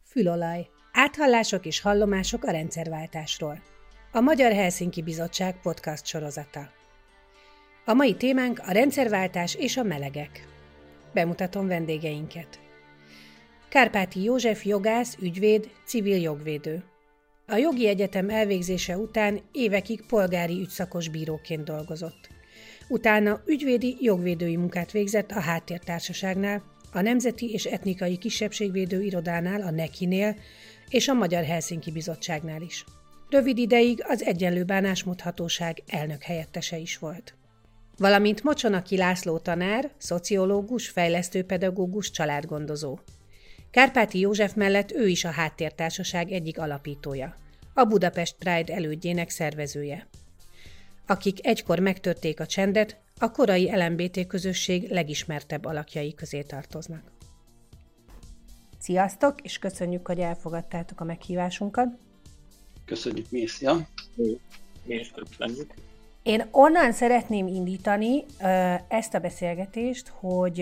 Fülolaj. Áthallások és hallomások a rendszerváltásról. A Magyar Helsinki Bizottság podcast sorozata. A mai témánk a rendszerváltás és a melegek. Bemutatom vendégeinket. Kárpáti József jogász, ügyvéd, civil jogvédő. A jogi egyetem elvégzése után évekig polgári ügyszakos bíróként dolgozott. Utána ügyvédi, jogvédői munkát végzett a Háttértársaságnál, a Nemzeti és Etnikai Kisebbségvédő Irodánál, a NEKI-nél és a Magyar Helsinki Bizottságnál is. Rövid ideig az Egyenlő Bánásmód Hatóság elnök helyettese is volt. Valamint Mocsonaki László tanár, szociológus, fejlesztőpedagógus, családgondozó. Kárpáti József mellett ő is a Háttértársaság egyik alapítója, a Budapest Pride elődjének szervezője. Akik egykor megtörték a csendet, a korai LMBT közösség legismertebb alakjai közé tartoznak. Sziasztok, és köszönjük, hogy elfogadtátok a meghívásunkat. Köszönjük, mi is, ja? Mi is köszönjük. Én onnan szeretném indítani ezt a beszélgetést, hogy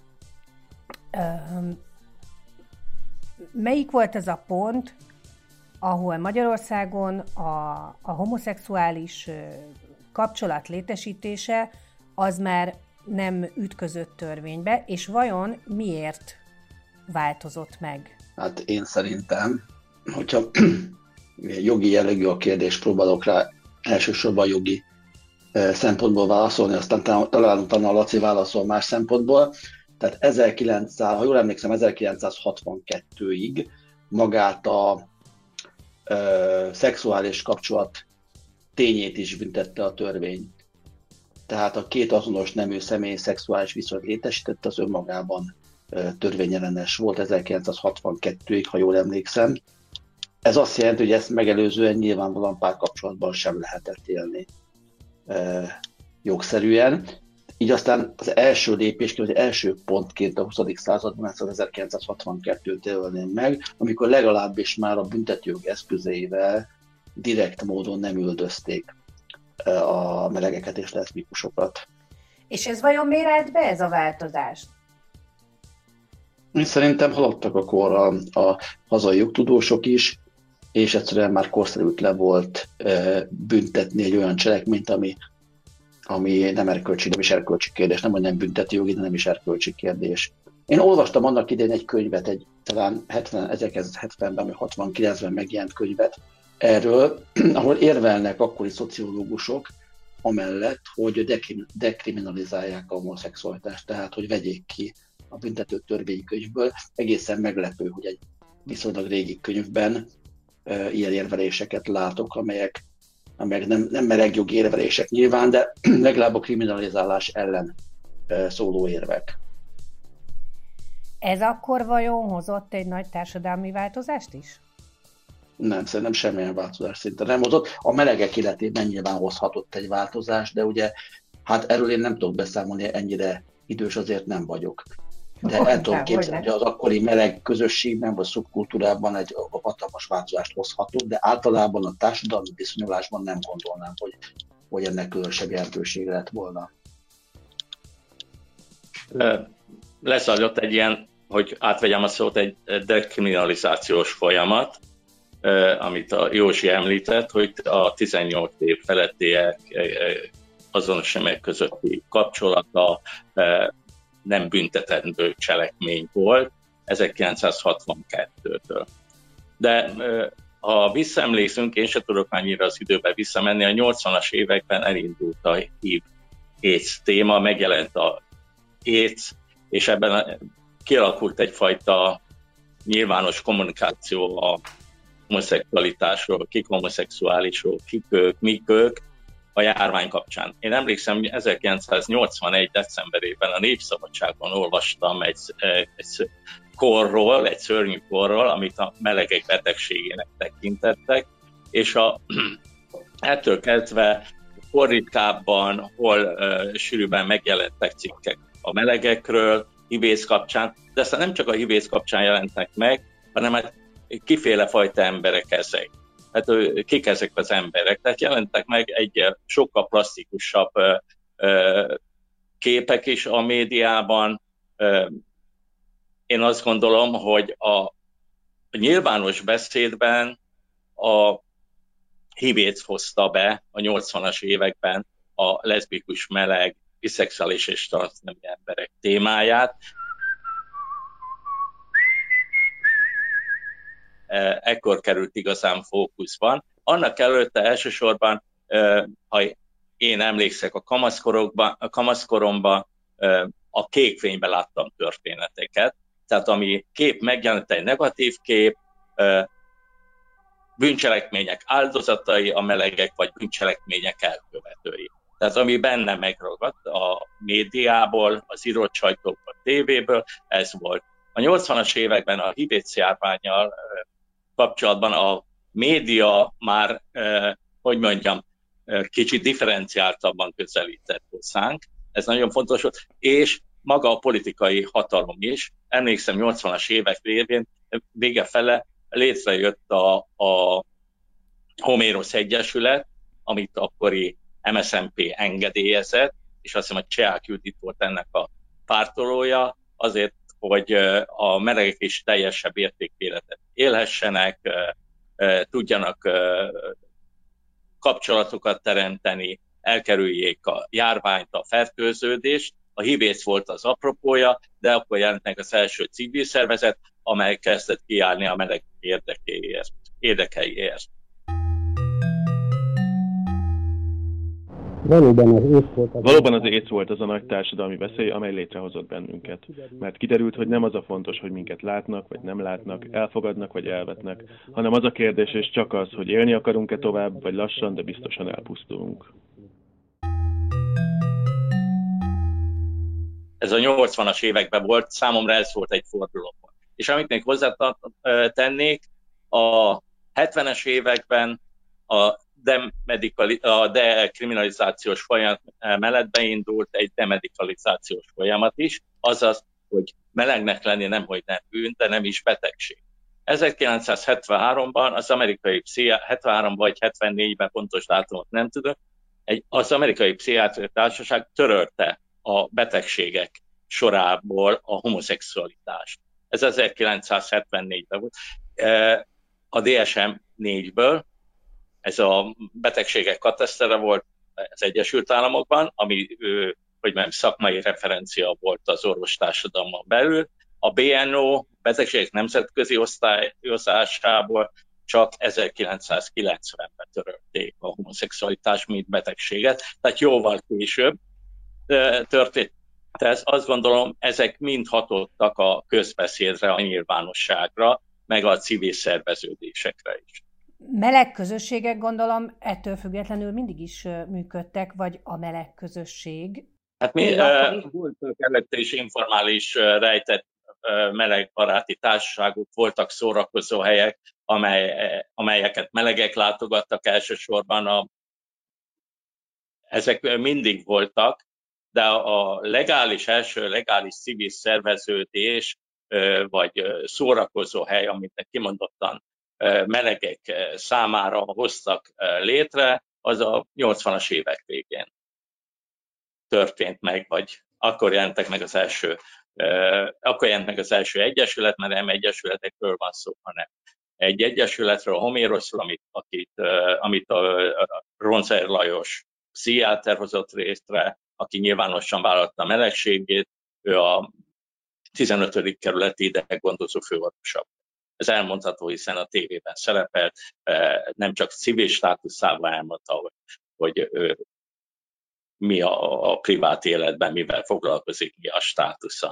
melyik volt az a pont, ahol Magyarországon a homoszexuális kapcsolat létesítése az már nem ütközött törvénybe, és vajon miért változott meg? Hát én szerintem, hogyha jogi jellegű a kérdés, próbálok rá elsősorban jogi szempontból válaszolni, aztán talán utána a Laci válaszol más szempontból. Tehát ha jól emlékszem, 1962-ig magát a szexuális kapcsolat tényét is büntette a törvény. Tehát a két azonos nemű személy szexuális viszonyt létesítette, az önmagában törvényellenes volt 1962-ig, ha jól emlékszem. Ez azt jelenti, hogy ezt megelőzően nyilvánvalóan párkapcsolatban sem lehetett élni jogszerűen. Így aztán az első lépésként, vagy első pontként a 20. században ezt az 1962-t jelölném meg, amikor legalábbis már a büntetőjog eszközeivel direkt módon nem üldözték a melegeket és leszbikusokat. És ez vajon miért állt be, ez a változás? Én szerintem haladtak a korra a hazai jogtudósok is, és egyszerűen már korszerűtlen volt büntetni egy olyan cselekményt, ami nem erkölcsi, nem is erkölcsi kérdés, nem, hogy nem bünteti jogi, de nem is erkölcsi kérdés. Én olvastam annak idején egy könyvet, talán 1970-ben vagy 69-ben megjelent könyvet erről, ahol érvelnek akkori szociológusok amellett, hogy dekriminalizálják a homoszexualitást, tehát hogy vegyék ki a büntető törvénykönyvből. Egészen meglepő, hogy egy viszonylag régi könyvben ilyen érveléseket látok, amelyek nem melegjogi érvelések nyilván, de legalább a kriminalizálás ellen szóló érvek. Ez akkor vajon hozott egy nagy társadalmi változást is? Nem, szerintem semmilyen változás szinte nem hozott. A melegek életében nyilván hozhatott egy változást, de ugye, hát erről én nem tudok beszámolni, ennyire idős azért nem vagyok. De el tudom képzelni, hogy az akkori meleg közösségben vagy szubkultúrában egy hatalmas változást hozhatott, de általában a társadalmi viszonyulásban nem gondolnám, hogy ennek különösebb jelentősége lett volna. Lezajlott egy ilyen, hogy átvegyem a szót, egy dekriminalizációs folyamat, amit a Józsi említett, hogy a 18 év felettiek azonos nemek közötti kapcsolata nem büntetendő cselekmény volt 1962-től. De ha visszaemlékszünk, én sem tudok annyira az időben visszamenni, a 80-as években elindult a HIV/AIDS téma, megjelent a AIDS, és ebben kialakult egyfajta nyilvános kommunikáció a homoszexualitásról, kik homoszexuálisok, kik ők, mik ők, a járvány kapcsán. Én emlékszem, hogy 1981. decemberében a Népszabadságban olvastam egy szörnyű korról, amit a melegek betegségének tekintettek, és ettől kezdve hol ritkábban, hol sűrűbben megjelentek cikkek a melegekről, HIV/AIDS kapcsán, de aztán nem csak a HIV/AIDS kapcsán jelentek meg, hanem hát kiféle fajta emberek ezek. Hát kik ezek az emberek? Tehát jelentek meg egy sokkal plastikusabb képek is a médiában. Én azt gondolom, hogy nyilvános beszédben a HIV-t hozta be a 80-as években a leszbikus, meleg, biszexuális és transznemű emberek témáját. Ekkor került igazán fókuszban. Annak előtte elsősorban, ha én emlékszek a kamaszkoromban, a kékfényben láttam történeteket. Tehát ami kép megjelent, egy negatív kép, bűncselekmények áldozatai a melegek, vagy bűncselekmények elkövetői. Tehát ami benne megragadt a médiából, az írott sajtóból, a tévéből, ez volt. A 80-as években a HIV-AIDS járvánnyal kapcsolatban a média már, kicsit differenciáltabban közelített hozzánk. Ez nagyon fontos volt, és maga a politikai hatalom is. Emlékszem, 80-as évek vége fele létrejött a Homérosz Egyesület, amit akkori MSZNP engedélyezett, és azt hiszem, hogy Csehák Judit volt ennek a pártolója, azért, hogy a melegek is teljesebb értékéletet élhessenek, tudjanak kapcsolatokat teremteni, elkerüljék a járványt, a fertőződést. A HIV-AIDS volt az apropója, de akkor jelent meg az első civil szervezet, amely kezdett kiállni a meleg érdekeiért. Valóban az AIDS volt az a nagy társadalmi veszély, amely létrehozott bennünket. Mert kiderült, hogy nem az a fontos, hogy minket látnak, vagy nem látnak, elfogadnak, vagy elvetnek, hanem az a kérdés, és csak az, hogy élni akarunk-e tovább, vagy lassan, de biztosan elpusztulunk. Ez a 80-as években volt, számomra ez volt egy fordulópont. És amit még hozzátennék, a 70-es években a dekriminalizációs folyamat mellett beindult egy demedikalizációs folyamat is, azaz, hogy melegnek lenni nemhogy nem bűn, de nem is betegség. 1973-ban az amerikai 73 vagy 74-ben pontos dátumot nem tudom, az amerikai pszichiátriai társaság törölte a betegségek sorából a homoszexualitást. Ez 1974-ben volt. A DSM-4-ből ez a betegségek katasztere volt az Egyesült Államokban, ami szakmai referencia volt az orvostársadalmon belül. A BNO betegségek nemzetközi osztályozásából csak 1990-ben törölték a homoszexualitás mint betegséget, tehát jóval később történt. Tehát azt gondolom, ezek mind hatottak a közbeszédre, a nyilvánosságra, meg a civil szerveződésekre is. Meleg közösségek, gondolom, ettől függetlenül mindig is működtek, vagy a meleg közösség? Hát mi voltak előtte is informális rejtett melegbaráti társaságok, voltak szórakozó helyek, amelyeket melegek látogattak elsősorban. Ezek mindig voltak, de a első legális civil szerveződés, vagy szórakozó hely, amit kimondottan melegek számára hoztak létre, az a 80-as évek végén történt meg, vagy akkor jelent meg az első egyesület, mert nem egyesületekről van szó, hanem egy egyesületről, a Homéroszról, amit a Ronzer Lajos pszichiáter hozott létre, aki nyilvánosan vállalta a melegségét, ő a 15. kerületi ideggondozó főorvosa. Ez elmondható, hiszen a tévében szerepelt, nem csak civil státuszával elmondta, hogy mi a privát életben, mivel foglalkozik, mi a státusza.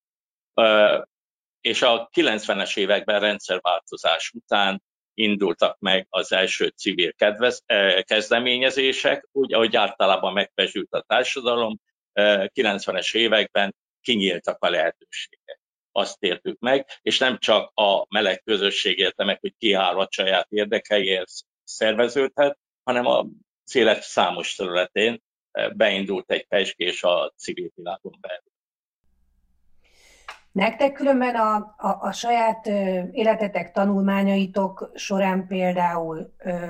És a 90-es években rendszerváltozás után indultak meg az első civil kezdeményezések, úgy, ahogy általában megpezsült a társadalom, 90-es években kinyíltak a lehetőségek. Azt értük meg, és nem csak a meleg közösség érte meg, hogy kiáll a saját érdekeiért szerveződhet, hanem az élet számos területén beindult egy pezsgés a civil világon belül. Nektek különben a saját életetek, tanulmányaitok során például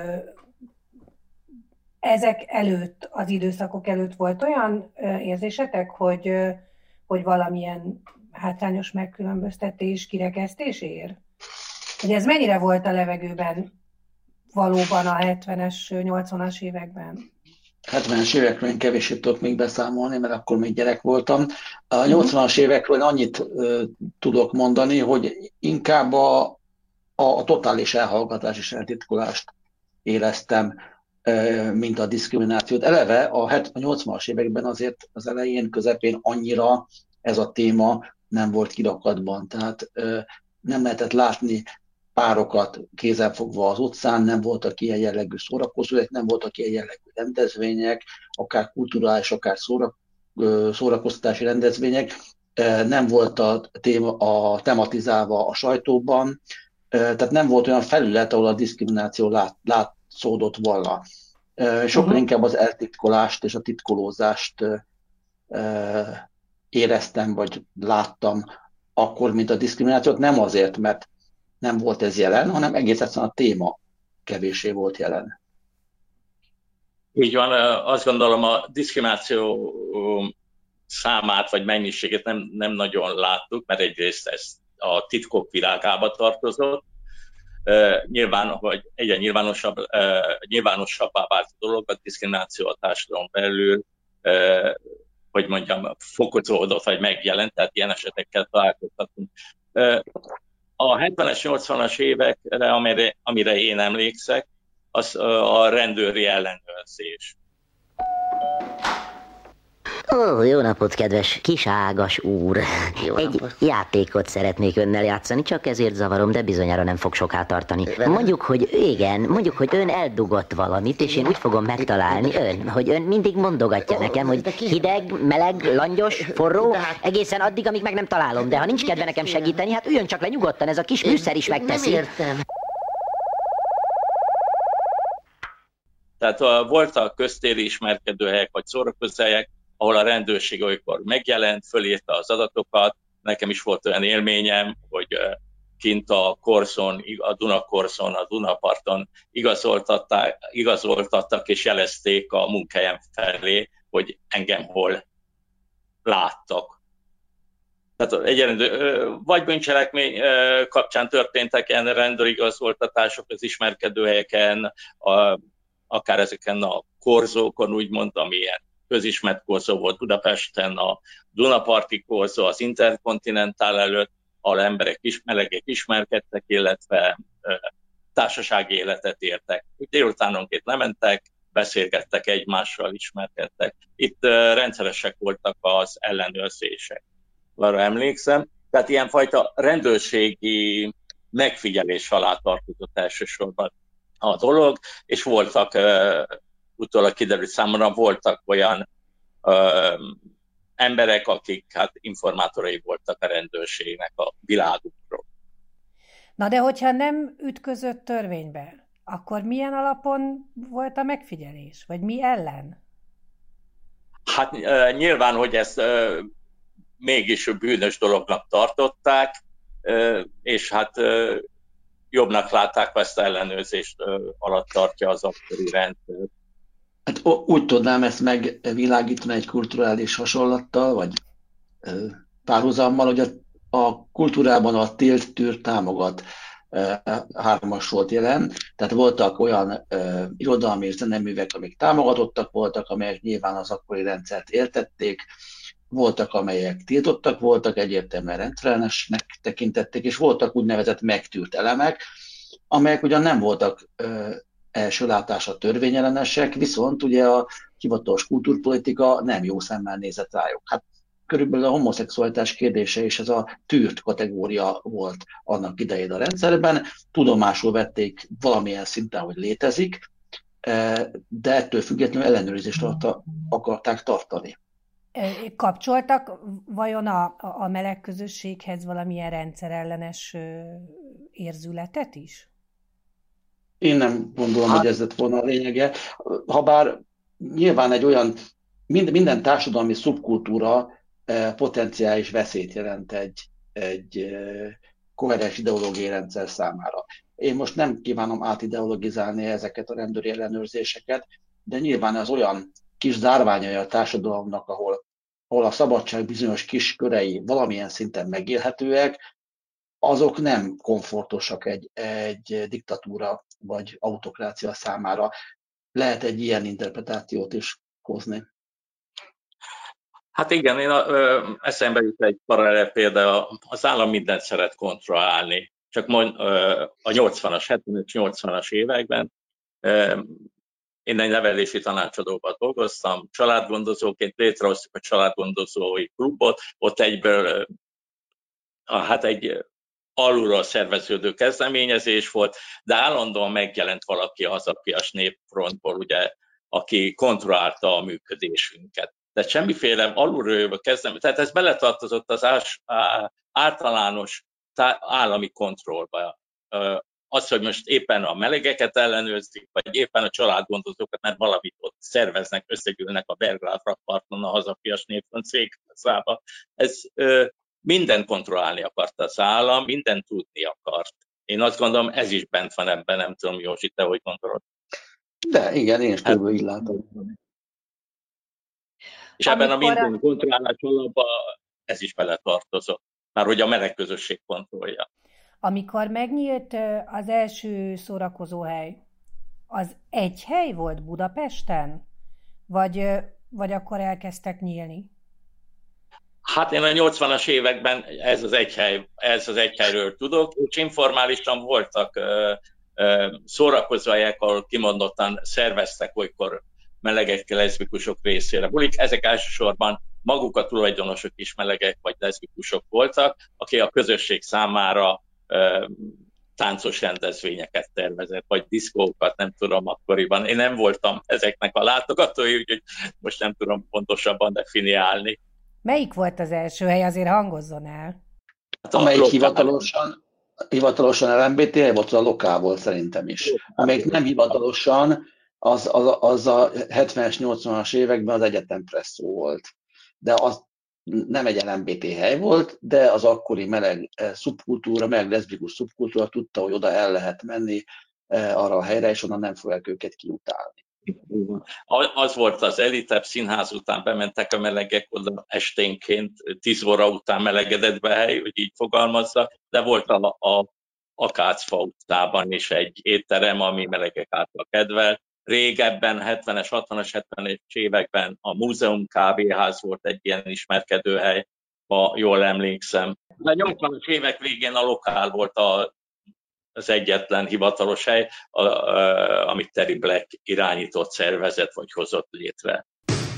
ezek előtt, az időszakok előtt volt olyan érzésetek, hogy valamilyen hátrányos megkülönböztetés, kirekesztés ér? hogy ez mennyire volt a levegőben valóban a 70-es, 80-as években? 70-es évekről én kevéssé tudok még beszámolni, mert akkor még gyerek voltam. A 80-as évekről annyit tudok mondani, hogy inkább a totális elhallgatás és eltitkolást éreztem, mint a diszkriminációt. Eleve a 80-as években azért az elején, közepén annyira ez a téma nem volt kirakatban, tehát nem lehetett látni párokat kézenfogva az utcán, nem voltak ilyen jellegű szórakozók, nem voltak ilyen jellegű rendezvények, akár kulturális, akár szórakoztatási rendezvények, nem volt a tematizálva a sajtóban, tehát nem volt olyan felület, ahol a diszkrimináció látszódott volna. Sokkal inkább az eltitkolást és a titkolózást éreztem, vagy láttam akkor, mint a diszkriminációt, nem azért, mert nem volt ez jelen, hanem egész egyszerűen a téma kevéssé volt jelen. Így van, azt gondolom a diszkrimináció számát vagy mennyiségét nem nagyon láttuk, mert egyrészt ez a titkok világába tartozott. Nyilván, hogy egyre nyilvánosabbá vált a dolog, a diszkrimináció a társadalom belül, hogy mondjam, fokozódott vagy megjelent, tehát ilyen esetekkel találkozhatunk. A 70-es, 80-as évekre, amire én emlékszek, az a rendőri ellenőrzés. Ó, jó napot, kedves kis ágas úr! Egy játékot szeretnék önnel játszani, csak ezért zavarom, de bizonyára nem fog soká tartani. Mondjuk, hogy ön eldugott valamit, és én úgy fogom megtalálni hogy ön mindig mondogatja nekem, hogy hideg, meleg, langyos, forró, egészen addig, amíg meg nem találom, de ha nincs kedve nekem segíteni, hát üljön csak le nyugodtan, ez a kis műszer is megteszi. Nem értem. Tehát voltak köztéri ismerkedőhelyek vagy szórakozóhelyek, ahol a rendőrség olykor megjelent, fölírta az adatokat. Nekem is volt olyan élményem, hogy kint a Korszon, a Dunakorszon, a Dunaparton igazoltattak és jelezték a munkahelyem felé, hogy engem hol láttak. Tehát vagy bűncselekmény kapcsán történtek ilyen rendőrigazoltatások az ismerkedőhelyeken, akár ezeken a korzókon, úgymond, amilyen közismert korzó volt Budapesten, a Dunaparti korzó, az Interkontinentál előtt, ahol melegek ismerkedtek, illetve társasági életet értek. Délutánonként lementek, beszélgettek egymással, ismerkedtek. Itt rendszeresek voltak az ellenőrzések. Arra emlékszem. Tehát ilyenfajta rendőrségi megfigyelés alá tartozott elsősorban a dolog, és voltak, utólag kiderült számomra, voltak olyan emberek, akik hát informátorai voltak a rendőrségnek a világukról. Na de hogyha nem ütközött törvénybe, akkor milyen alapon volt a megfigyelés? Vagy mi ellen? Hát nyilván, hogy ezt mégis bűnös dolognak tartották, és hát jobbnak látták, ha ezt ellenőrzést alatt tartja az akkori rendszer. Hát úgy tudnám ezt megvilágítani egy kulturális hasonlattal, vagy párhuzammal, hogy a kultúrában a tilt, tűr, támogat hármas volt jelen, tehát voltak olyan irodalmi és zeneművek, amik támogatottak voltak, amelyek nyilván az akkori rendszert éltették, voltak, amelyek tiltottak voltak, egyértelműen rendszerellenesnek tekintették, és voltak úgynevezett megtűrt elemek, amelyek ugyan nem voltak első látásra törvényellenesek, viszont ugye a hivatalos kultúrpolitika nem jó szemmel nézett rájuk. Hát körülbelül a homoszexualitás kérdése is ez a tűrt kategória volt annak idején a rendszerben. Tudomásul vették valamilyen szinten, hogy létezik, de ettől függetlenül ellenőrzést akarták tartani. Kapcsoltak vajon a meleg közösséghez valamilyen rendszerellenes érzületet is? Én nem gondolom, hogy ez lett volna a lényege. Habár nyilván egy olyan, minden társadalmi szubkultúra potenciális veszélyt jelent egy koherens ideológiai rendszer számára. Én most nem kívánom átideologizálni ezeket a rendőri ellenőrzéseket, de nyilván az olyan kis zárványai a társadalomnak, ahol a szabadság bizonyos kis körei valamilyen szinten megélhetőek, azok nem komfortosak egy diktatúra vagy autokrácia számára. Lehet egy ilyen interpretációt is hozni. Hát igen, eszembe jut egy paralel példa, az állam mindent szeret kontrollálni. Csak a 80-as, 70-es, 80-as években én egy nevelési tanácsadóban dolgoztam, családgondozóként létrehoztuk a családgondozói klubot, ott egyből egy alulról szerveződő kezdeményezés volt, de állandóan megjelent valaki a Hazafias Népfrontból, ugye, aki kontrollálta a működésünket. De semmiféle alulról jövő kezdeményezés, tehát ez beletartozott az általános állami kontrollba. Az, hogy most éppen a melegeket ellenőrzik, vagy éppen a családgondozókat, mert valamit ott szerveznek, összegyűlnek a Belgrád rakparton a Hazafias Népfront székházába. Ez mindent kontrollálni akart az állam, mindent tudni akart. Én azt gondolom, ez is bent van ebben, nem tudom, Józsi, te hogy gondolod? De igen, én is körülbelül így látom. És ebben a minden kontrollálás alapban ez is beletartozott, már hogy a meleg közösség kontrollja. Amikor megnyílt az első szórakozóhely, az egy hely volt Budapesten? Vagy akkor elkezdtek nyílni? Hát én a 80-as években ez az egy helyről tudok, és informálisan voltak szórakozóhelyek, ahol kimondottan szerveztek olykor melegek, leszbikusok részére bulik. Ezek elsősorban maguk a tulajdonosok is melegek vagy leszbikusok voltak, akik a közösség számára táncos rendezvényeket tervezett, vagy diszkókat, nem tudom akkoriban. Én nem voltam ezeknek a látogatói, úgyhogy most nem tudom pontosabban definiálni. Melyik volt az első hely? Azért hangozzon el. Hát amelyik hivatalosan LMBT hely volt, az a Lokál volt szerintem is. Amelyik nem hivatalosan, az a 70-es, 80-as években az Egyetem Presszó volt. De az nem egy LMBT hely volt, de az akkori meleg szubkultúra, meleg leszbikus szubkultúra tudta, hogy oda el lehet menni arra a helyre, és onnan nem fogják őket kiutálni. Az volt az elitebb színház után, bementek a melegek oda esténként, 10 óra után melegedett be hely, hogy így fogalmazza, de volt a Akácfa utcában is egy étterem, ami melegek által kedvelt. Régebben, 70-es, 60-as, 70-es években a Múzeum kávéház volt egy ilyen ismerkedőhely, ha jól emlékszem. A 80-as évek végén a Lokál volt az egyetlen hivatalos hely, amit Terry Black irányított, szervezet vagy hozott létre.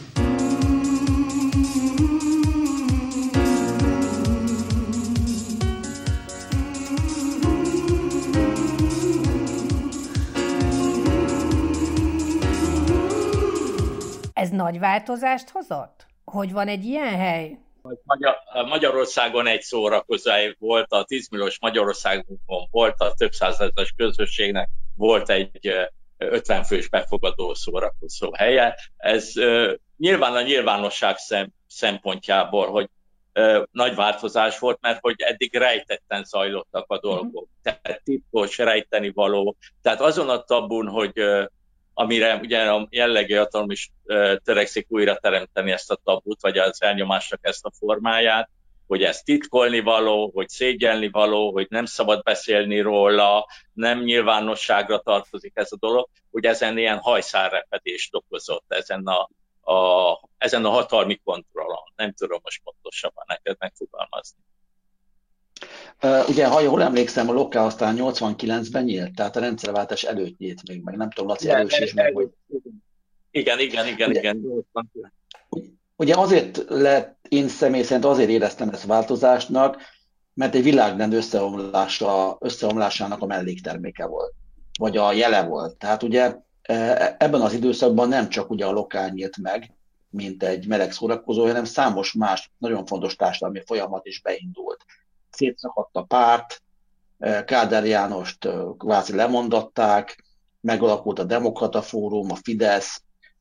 Ez nagy változást hozott? Hogy van egy ilyen hely? Magyarországon egy szórakozóhely volt, a 10 milliós Magyarországon volt, a több százezres közösségnek volt egy 50 fős befogadó szórakozó helye. Ez nyilván a nyilvánosság szempontjából, hogy nagy változás volt, mert hogy eddig rejtetten zajlottak a dolgok. Tehát titkos, rejteni való. Tehát azon a tabun, hogy amire ugye a jellegi hatalom is törekszik újra teremteni ezt a tabut, vagy az elnyomásnak ezt a formáját, hogy ez titkolni való, hogy szégyelni való, hogy nem szabad beszélni róla, nem nyilvánosságra tartozik ez a dolog, hogy ezen ilyen hajszálrepedést okozott, ezen a hatalmi kontrollon. Nem tudom most pontosabban neked megfogalmazni. Ugye, ha jól emlékszem, a Lokál aztán 89-ben nyílt, tehát a rendszerváltás előtt nyílt még meg. Nem tudom, Laci, erősíts meg, hogy... Igen. Ugye azért lett, én személy szerint azért éreztem ezt változásnak, mert egy világrend összeomlásának a mellékterméke volt, vagy a jele volt. Tehát ugye ebben az időszakban nem csak ugye a Lokál nyílt meg, mint egy meleg szórakozó, hanem számos más nagyon fontos társadalmi folyamat is beindult. Szétszakadt a párt, Kádár Jánost kvázi lemondatták, megalakult a Demokrata Fórum, a Fidesz,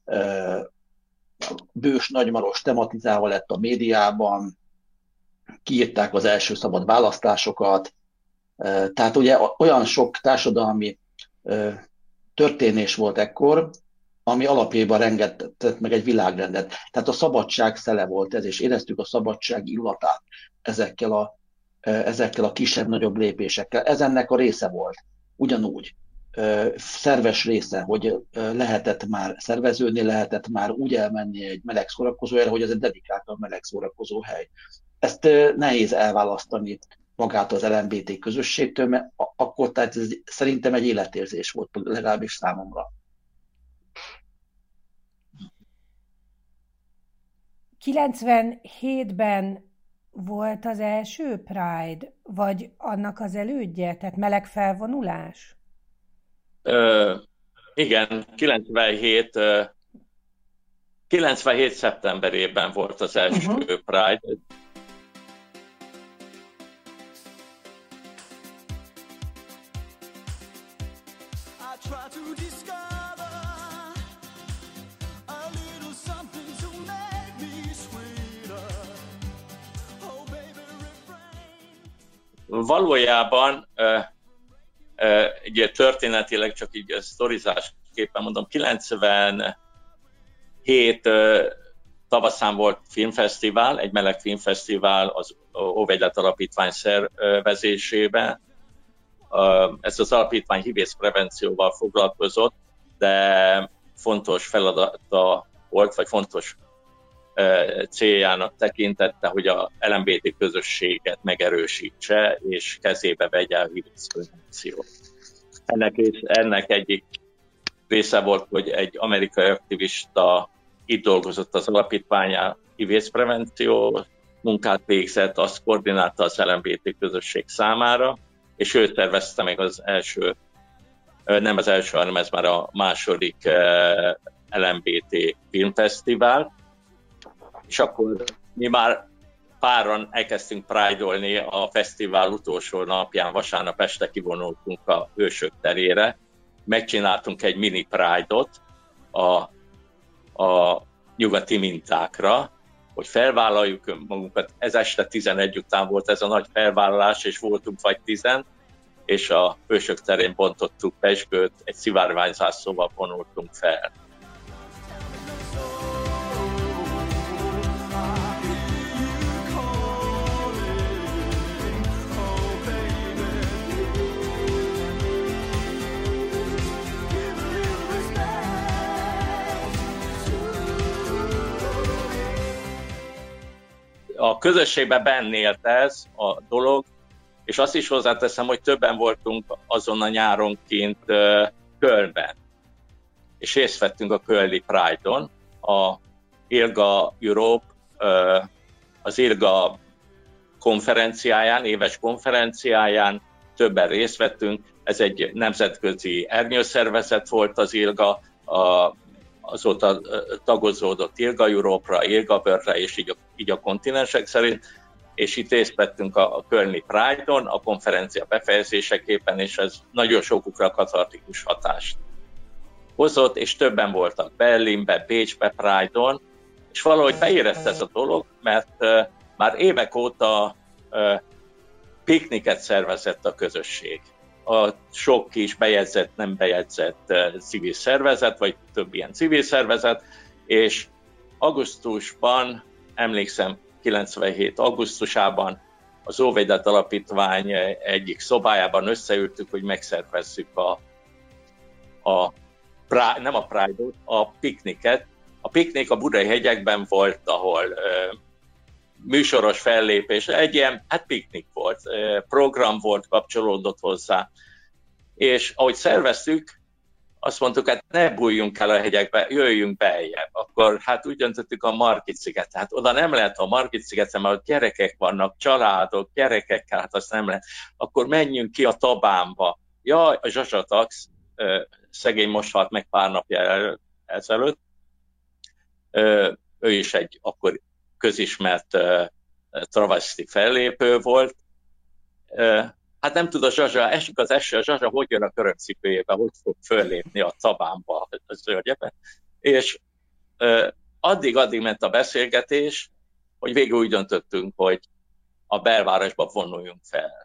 Bős Nagymaros tematizálva lett a médiában, kiírták az első szabad választásokat, tehát ugye olyan sok társadalmi történés volt ekkor, ami alapjában rengetett meg egy világrendet. Tehát a szabadság szele volt ez, és éreztük a szabadság illatát ezekkel a ezekkel a kisebb-nagyobb lépésekkel. Ez ennek a része volt. Ugyanúgy szerves része, hogy lehetett már szerveződni, lehetett már úgy elmenni egy meleg szórakozóhelyre, hogy ez egy dedikáltan meleg szórakozó hely. Ezt nehéz elválasztani magát az LMBT közösségtől, mert akkor tehát ez szerintem egy életérzés volt, legalábbis számomra. 97-ben volt az első Pride, vagy annak az elődje, tehát meleg felvonulás? Igen, 97 szeptemberében volt az első Pride. Valójában ugye történetileg csak így sztorizásképpen mondom, 97 tavaszán volt filmfesztivál, egy meleg filmfesztivál az Óvegylet Alapítvány szervezésében. Ez az alapítvány hívészprevencióval foglalkozott, de fontos feladata volt, vagy fontos céljának tekintette, hogy a LMBT közösséget megerősítse, és kezébe vegye a hívészprevenciót. Ennek egyik része volt, hogy egy amerikai aktivista itt dolgozott az alapítványán, hívészprevenció munkát végzett, azt koordinálta az LMBT közösség számára, és ő tervezte meg az első, nem az első, hanem ez már a második LMBT filmfesztivál, és akkor mi már páran elkezdtünk pride-olni a fesztivál utolsó napján, vasárnap este kivonultunk a Hősök terére, megcsináltunk egy mini pride-ot a nyugati mintákra, hogy felvállaljuk magunkat. Ez este 11 után volt ez a nagy felvállalás, és voltunk vagy 10, és a Hősök terén bontottuk pezsgőt, egy szivárványzászlóval vonultunk fel. A közösségben benne élt ez a dolog, és azt is hozzáteszem, hogy többen voltunk azon a nyáron kint Kölnben, és részt vettünk a kölni Pride-on, a ILGA Europe, az ILGA konferenciáján, éves konferenciáján többen részt vettünk. Ez egy nemzetközi ernyőszervezet volt az ILGA, azóta tagozódott ILGA Europe-ra, ILGA World-re, és így a kontinensek szerint, és itt részt vettünk a kölni Pride-on, a konferencia befejezéseképpen, és ez nagyon sokukra katartikus hatást hozott, és többen voltak Berlinbe, Bécsbe Pride-on, és valahogy beérett ez a dolog, mert már évek óta pikniket szervezett a közösség. A sok kis bejegyzett, nem bejegyzett civil szervezet, vagy több ilyen civil szervezet, és augusztusban, emlékszem, 97. augusztusában az Óvegylet Alapítvány egyik szobájában összeültük, hogy megszervezzük nem a Pride-ot, a pikniket. A piknik a Budai hegyekben volt, ahol műsoros fellépés, egy ilyen, piknik volt, program volt, kapcsolódott hozzá. És ahogy szerveztük, azt mondtuk, hát ne bújjunk el a hegyekbe, jöjjünk beljebb. Akkor úgy döntöttük a Margit-sziget. Hát oda nem lehet a Margit-szigeten, mert ott gyerekek vannak, családok, gyerekekkel, hát azt nem lehet. Akkor menjünk ki a Tabánba. Jaj, a Zsazsa Tax, szegény most halt meg pár napja ezelőtt. Ő is egy akkor közismert traveszti fellépő volt. Hát nem tud a Zsazsa, esik az eső, a Zsazsa hogy jön a körömcipőjébe, hogy fog föllépni a Tabánba, a zöldjebe. És addig ment a beszélgetés, hogy végül úgy döntöttünk, hogy a belvárosba vonuljunk fel.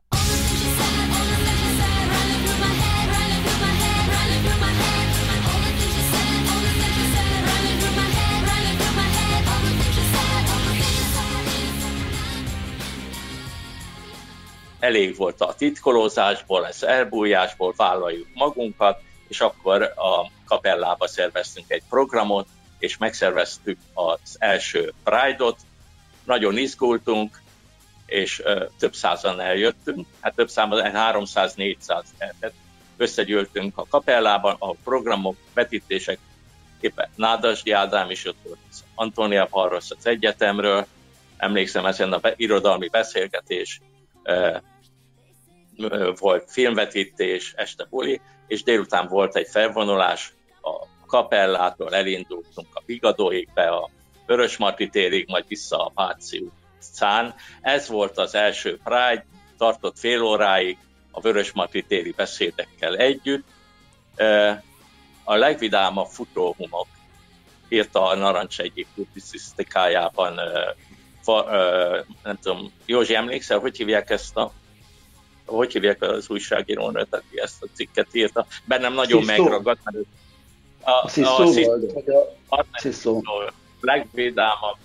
elég volt a titkolózásból, az elbújásból, vállaljuk magunkat, és akkor a kapellába szerveztünk egy programot, és megszerveztük az első Pride-ot, nagyon izgultunk, és több százan eljöttünk, hát több százan, 300-400 összegyűltünk a kapellában, a programok, vetítések, éppen Nádasdy Ádám is ott volt, Antónia Parrosz az egyetemről, emlékszem, ezen a irodalmi beszélgetés, volt filmvetítés, este buli, és délután volt egy felvonulás a kapellától, elindultunk a Vigadóig be, a Vörösmarty térig, majd vissza a Váci utcán. Ez volt az első Pride, tartott fél óráig a Vörösmarty téri beszédekkel együtt. A legvidámabb futóhumok, írta a Narancs egyik publicisztikájában, nem tudom, Józsi, emlékszel, hogy hívják az újságírónőt, aki ezt a cikket írta? Bennem nagyon megragadt, mert a legvidámabb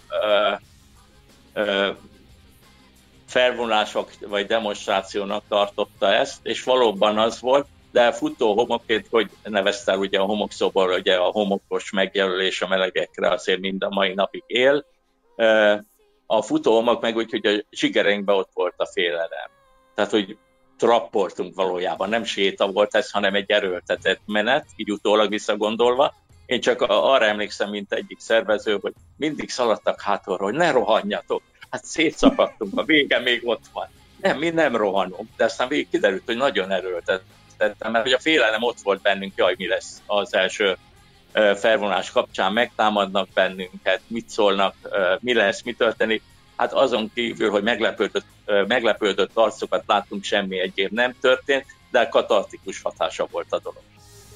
felvonulások vagy demonstrációnak tartotta ezt, és valóban az volt, de futó homokként, hogy neveztel ugye a homokszóból, ugye a homokos megjelölés a melegekre azért mind a mai napig él. A futó homok meg úgy, hogy a zsigereinkben ott volt a félelem. Tehát, hogy trappoltunk valójában, nem séta volt ez, hanem egy erőltetett menet, így utólag visszagondolva. Én csak arra emlékszem, mint egyik szervező, hogy mindig szaladtak hátulra, hogy ne rohanjatok. Hát szétszakadtunk, a vége még ott van. Nem, mi nem rohanunk, de aztán végig kiderült, hogy nagyon erőltettem, mert hogy a félelem ott volt bennünk, jaj, mi lesz az első felvonulás kapcsán, megtámadnak bennünket, mit szólnak, mi lesz, mi történik. Hát azon kívül, hogy meglepődött arcokat láttunk, semmi egyéb nem történt, de katartikus hatása volt a dolog.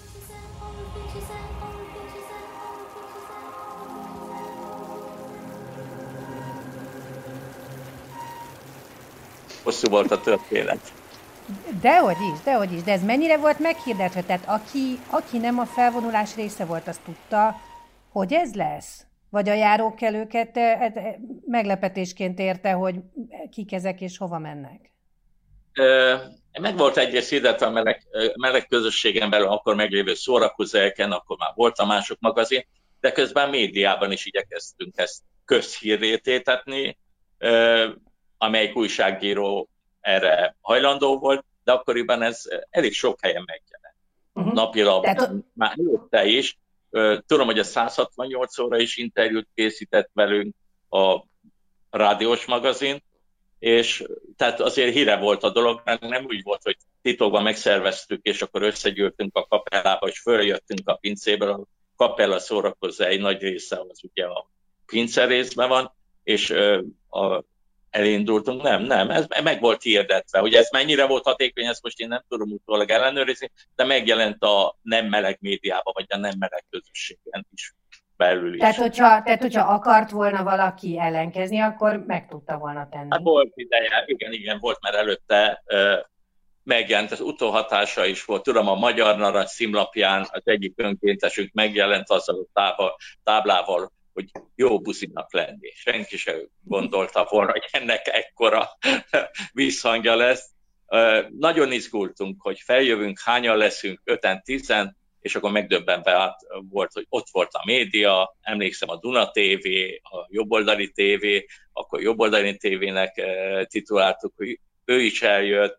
Hosszú volt a történet. Dehogy is, de ez mennyire volt meghirdetve? Tehát aki nem a felvonulás része volt, az tudta, hogy ez lesz? Vagy a járókelőket meglepetésként érte, hogy kik ezek és hova mennek? Meg volt egyrészt hirdetve a meleg közösségen belül, akkor meglévő szórakozóhelyeken, akkor már volt a mások magazin, de közben médiában is igyekeztünk ezt közhírré tétetni, amelyik újságíró erre hajlandó volt, de akkoriban ez elég sok helyen megjelent. Napilapban, már előtte is. Tudom, hogy a 168 óra is interjút készített velünk a rádiós magazin, és tehát azért híre volt a dolog, mert nem úgy volt, hogy titokban megszerveztük, és akkor összegyűltünk a kapellába, és följöttünk a pincéből. A kapella szórakozó egy nagy része az ugye a pince részben van, és elindultunk, nem, ez meg volt hirdetve, hogy ez mennyire volt hatékony, ezt most én nem tudom utólag ellenőrizni, de megjelent a nem meleg médiában, vagy a nem meleg közösségen is belül is. Tehát, hogyha akart volna valaki ellenkezni, akkor meg tudta volna tenni. Hát volt ideje, igen, volt, mert előtte megjelent, az utóhatása is volt. Tudom, a Magyar Narancs címlapján az egyik önkéntesünk megjelent azzal a táblával, hogy jó buzinak lenni. Senki sem gondolta volna, hogy ennek ekkora visszhangja lesz. Nagyon izgultunk, hogy feljövünk, hányan leszünk, 5-10, és akkor megdöbbenve volt, hogy ott volt a média, emlékszem a Duna TV, a Jobboldali TV, akkor Jobboldali TV-nek tituláltuk, hogy ő is eljött,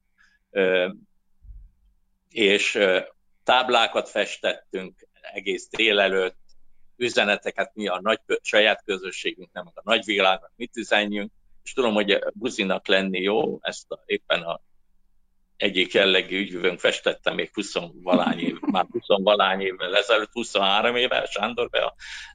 és táblákat festettünk egész délelőtt, üzeneteket mi a saját közösségünknek, meg a nagyvilágnak mit üzenjünk, és tudom, hogy buzinak lenni jó, ezt éppen a egyik jellegű ügyvőnk festette még 20-valány évvel ezelőtt, 23 éve, Sándor Bea,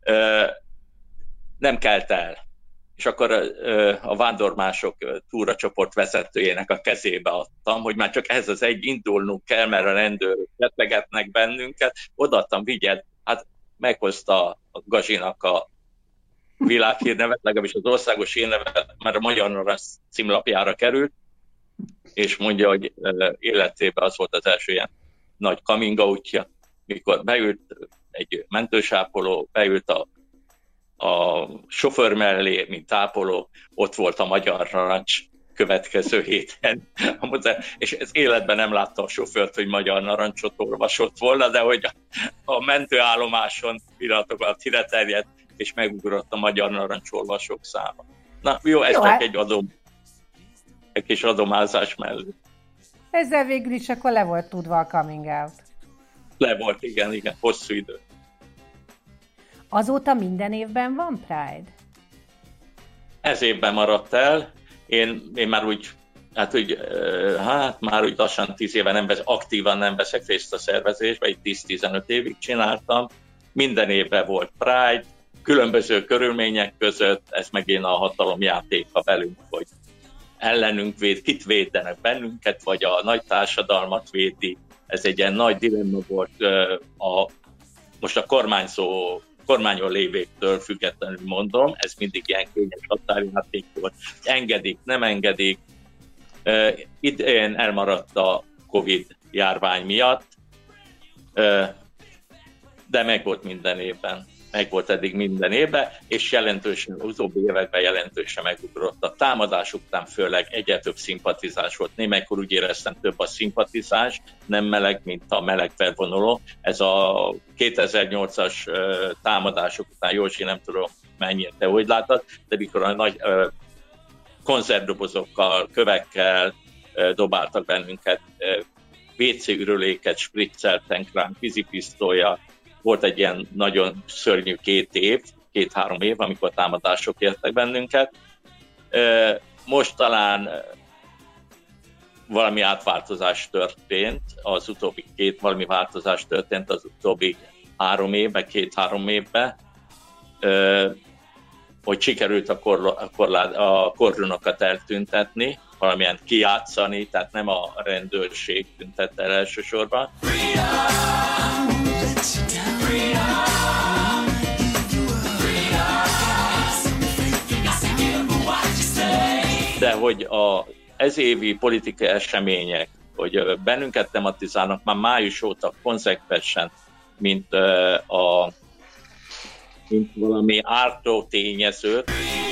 nem kelt el. És akkor a Vándormások túracsoport vezetőjének a kezébe adtam, hogy már csak ez az egy indulnunk kell, mert a rendőrök ketlegetnek bennünket. Odaadtam, vigyed, hát meghozta a Gazsinak a világhírnevet, legalábbis az országos hírnevet, mert a Magyar Narancs címlapjára került, és mondja, hogy életében az volt az első ilyen nagy coming outja, mikor beült egy mentősápoló, beült a sofőr mellé, mint tápoló, ott volt a Magyar Narancs következő héten. És ez életben nem látta a sofőrt, hogy Magyar Narancsot olvasott volna, de hogy a mentőállomáson pillanatokat híre terjedt, és megugrott a Magyar Narancs olvasók száma. Na jó, ez csak egy kis adomázás mellett. Ezzel végül is akkor le volt tudva a coming out. Le volt, igen, hosszú idő. Azóta minden évben van Pride? Ez évben maradt el. Én már úgy, már úgy lassan 10 éve aktívan nem veszek részt a szervezésbe, így 10-15 évig csináltam. Minden évben volt Pride, különböző körülmények között, ez megint a hatalomjátéka velünk, hogy ellenünk véd, kit védenek, bennünket, vagy a nagy társadalmat védi. Ez egy ilyen nagy dilemma volt most a kormányon lévéktől függetlenül mondom, ez mindig ilyen kényes határjáték volt. Engedik, nem engedik. Idén elmaradt a Covid járvány miatt, de megvolt minden évben. Megvolt eddig minden évben, és jelentősen, az utóbbi években jelentősen megugrott. A támadás után főleg egyre több szimpatizás volt. Némelykor úgy éreztem, több a szimpatizás, nem meleg, mint a meleg felvonuló. Ez a 2008-as támadások után, Józsi, nem tudom mennyire te hogy látod, de mikor a nagy konzervdobozokkal, kövekkel dobáltak bennünket, WC ürüléket spricceltek ránk, vízipisztolya. Volt egy ilyen nagyon szörnyű 2-3 év, amikor támadások értek bennünket. Most talán valami átváltozás történt, az utóbbi valami változás történt az utóbbi 3 évben, 2-3 évben, hogy sikerült a kordionokat eltüntetni, valamilyen kijátszani, tehát nem a rendőrség tüntette el elsősorban. De hogy ez évi politikai események, hogy bennünket tematizálnak már május óta konzekvensen, mint valami ártó tényezőt.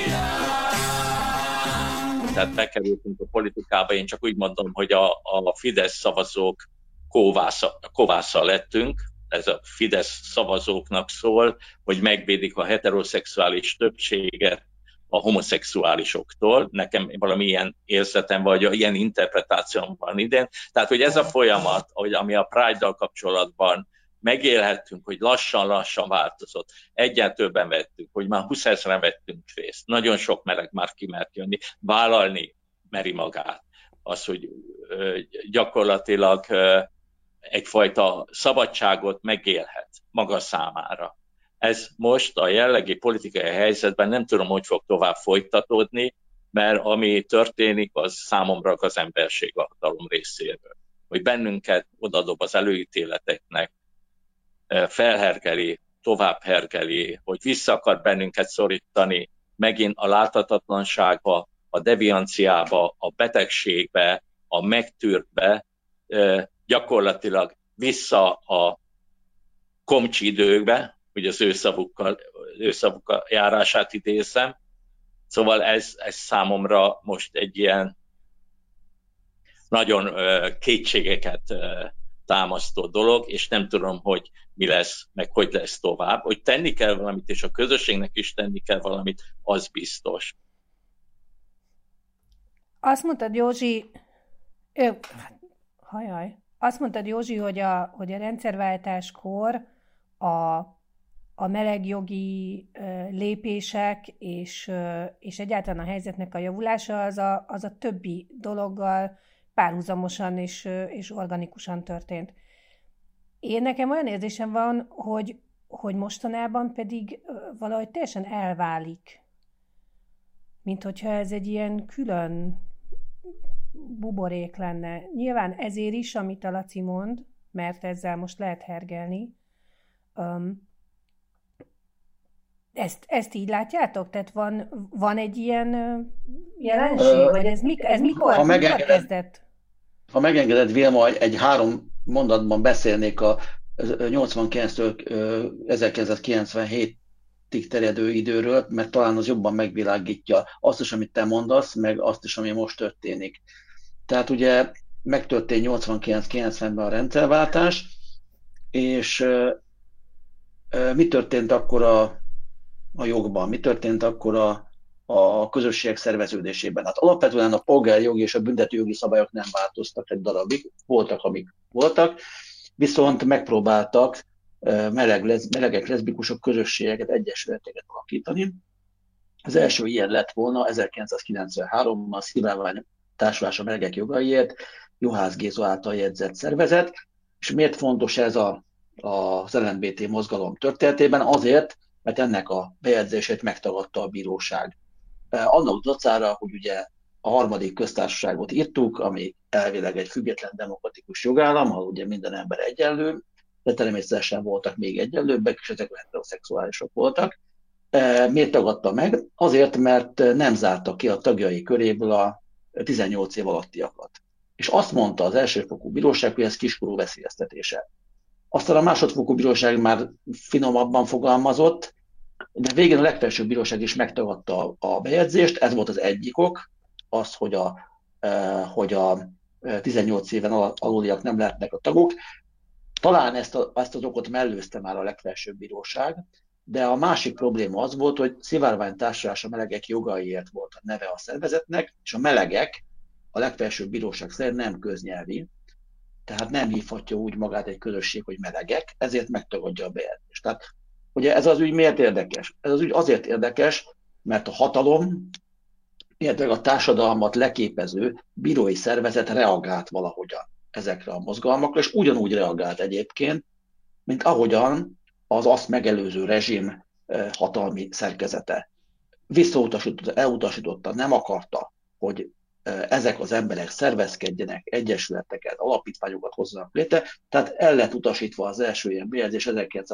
Tehát bekerültünk a politikába, én csak úgy mondom, hogy a Fidesz szavazók kovással lettünk, ez a Fidesz szavazóknak szól, hogy megvédik a heteroszexuális többséget a homoszexuálisoktól. Nekem valami ilyen érzetem, vagy ilyen interpretációm van idén. Tehát, hogy ez a folyamat, ami a Pride-dal kapcsolatban megélhettünk, hogy lassan-lassan változott. Egyen többen vettünk, hogy már 20 000-en vettünk részt. Nagyon sok meleg már kimert jönni, vállalni meri magát. Az, hogy gyakorlatilag egyfajta szabadságot megélhet maga számára. Ez most a jellegi politikai helyzetben nem tudom, hogy fog tovább folytatódni, mert ami történik, az számomra az emberség a hatalom részéről. Hogy bennünket odadob az előítéleteknek, felhergeli, tovább hergeli, hogy vissza akar bennünket szorítani megint a láthatatlanságba, a devianciába, a betegségbe, a megtűrtbe, gyakorlatilag vissza a komcsi időkbe, hogy az őszavukkal járását idézem. Szóval ez számomra most egy ilyen nagyon kétségeket támasztó dolog, és nem tudom, hogy mi lesz, meg hogy lesz tovább. Hogy tenni kell valamit, és a közösségnek is tenni kell valamit, az biztos. Azt mondtad, Józsi, azt mondtad, Józsi, hogy a rendszerváltáskor a melegjogi lépések és egyáltalán a helyzetnek a javulása az a többi dologgal párhuzamosan és organikusan történt. Nekem olyan érzésem van, hogy mostanában pedig valahogy teljesen elválik. Mint hogyha ez egy ilyen külön buborék lenne. Nyilván ezért is, amit a Laci mond, mert ezzel most lehet hergelni. Ezt így látjátok? Tehát van egy ilyen jelenség? Vagy ez mikor kezdett? Ha megengeded, Vilma, egy 3 mondatban beszélnék a 89-től 1997-ig terjedő időről, mert talán az jobban megvilágítja azt is, amit te mondasz, meg azt is, ami most történik. Tehát ugye megtörtént 89-90-ben a rendszerváltás, és mi történt akkor a jogban, mi történt akkor a közösségek szerveződésében? Hát alapvetően a polgárjogi és a büntetőjogi szabályok nem változtak egy darabig, voltak, amik voltak, viszont megpróbáltak melegek, leszbikusok közösségeket, egyesületeket alakítani. Az első ilyen lett volna 1993-ban a Szivárvány Társulás a melegek jogaiért, Juhász Géza által jegyzett szervezet. És miért fontos ez az LMBT mozgalom történetében? Azért, mert ennek a bejegyzését megtagadta a bíróság. Annak dacára, hogy ugye a harmadik köztársaságot írtuk, ami elvileg egy független demokratikus jogállam, ahol ugye minden ember egyenlő, de természetesen voltak még egyenlőbbek, és ezek heteroszexuálisok voltak. Miért tagadta meg? Azért, mert nem zárta ki a tagjai köréből a 18 év alattiakat. És azt mondta az elsőfokú bíróság, hogy ez kiskorú veszélyeztetése. Aztán a másodfokú bíróság már finomabban fogalmazott, de végén a legfelsőbb bíróság is megtagadta a bejegyzést. Ez volt az egyik ok, az, hogy a 18 éven aluliak nem lehetnek a tagok. Talán ezt az okot mellőzte már a legfelsőbb bíróság, de a másik probléma az volt, hogy Szivárvány Társulás a melegek jogaiért volt a neve a szervezetnek, és a melegek a legfelsőbb bíróság szerint nem köznyelvi, tehát nem hívhatja úgy magát egy közösség, hogy melegek, ezért megtagadja a bejegyzést. Tehát ugye ez az ügy miért érdekes? Ez az ügy azért érdekes, mert a hatalom, illetve a társadalmat leképező bírói szervezet reagált valahogyan ezekre a mozgalmakra, és ugyanúgy reagált egyébként, mint ahogyan az azt megelőző rezsim hatalmi szerkezete. Elutasította, nem akarta, hogy ezek az emberek szervezkedjenek, egyesületeket, alapítványokat hozzanak létre, tehát el lett utasítva az első ilyen bejegyzés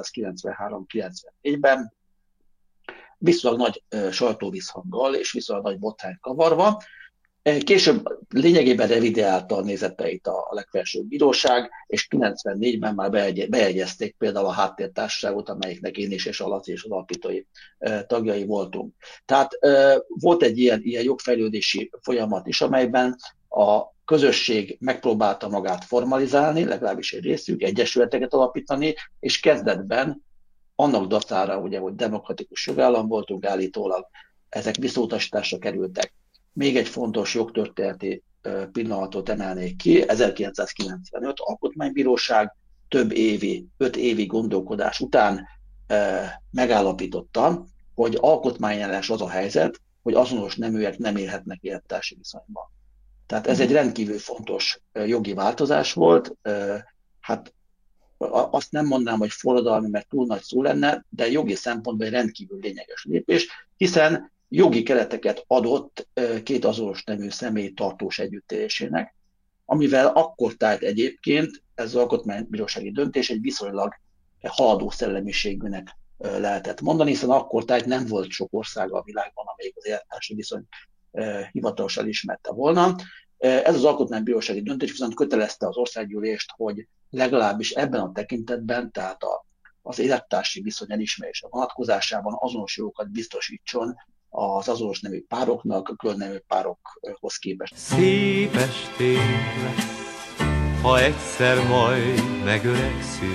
1993-94-ben, viszonylag nagy sajtóvízhanggal és viszonylag nagy botrányt kavarva. Később lényegében revideálta a nézeteit a legfelsőbb bíróság, és 94-ben már bejegyezték például a Háttértársaságot, amelyiknek én is és a Laci és az alapítói tagjai voltunk. Tehát volt egy ilyen jogfejlődési folyamat is, amelyben a közösség megpróbálta magát formalizálni, legalábbis egy részük, egyesületeket alapítani, és kezdetben annak dacára, ugye, hogy demokratikus jogállam voltunk állítólag, ezek visszautasításra kerültek. Még egy fontos jogtörténeti pillanatot emelnék ki, 1995 Alkotmánybíróság több 5 évi gondolkodás után megállapította, hogy alkotmányellenes az a helyzet, hogy azonos neműek nem élhetnek élettársi viszonyban. Tehát ez egy rendkívül fontos jogi változás volt, hát azt nem mondanám, hogy forradalmi, mert túl nagy szó lenne, de jogi szempontból egy rendkívül lényeges lépés, hiszen jogi kereteket adott két azonos nemű személy tartós együttélésének, amivel akkor tájt egyébként ez az alkotmánybírósági döntés egy viszonylag haladó szellemiségűnek lehetett mondani, hiszen akkor tájt nem volt sok országa a világban, amelyik az élettársi viszony hivatalosan ismerte volna. Ez az alkotmánybírósági döntés viszont kötelezte az országgyűlést, hogy legalábbis ebben a tekintetben, tehát az élettársi viszony elismerése vonatkozásában azonos jogokat biztosítson az azonos nemű pároknak, a különnemű párokhoz képest. Szép estén lesz, ha egyszer majd megöregszünk,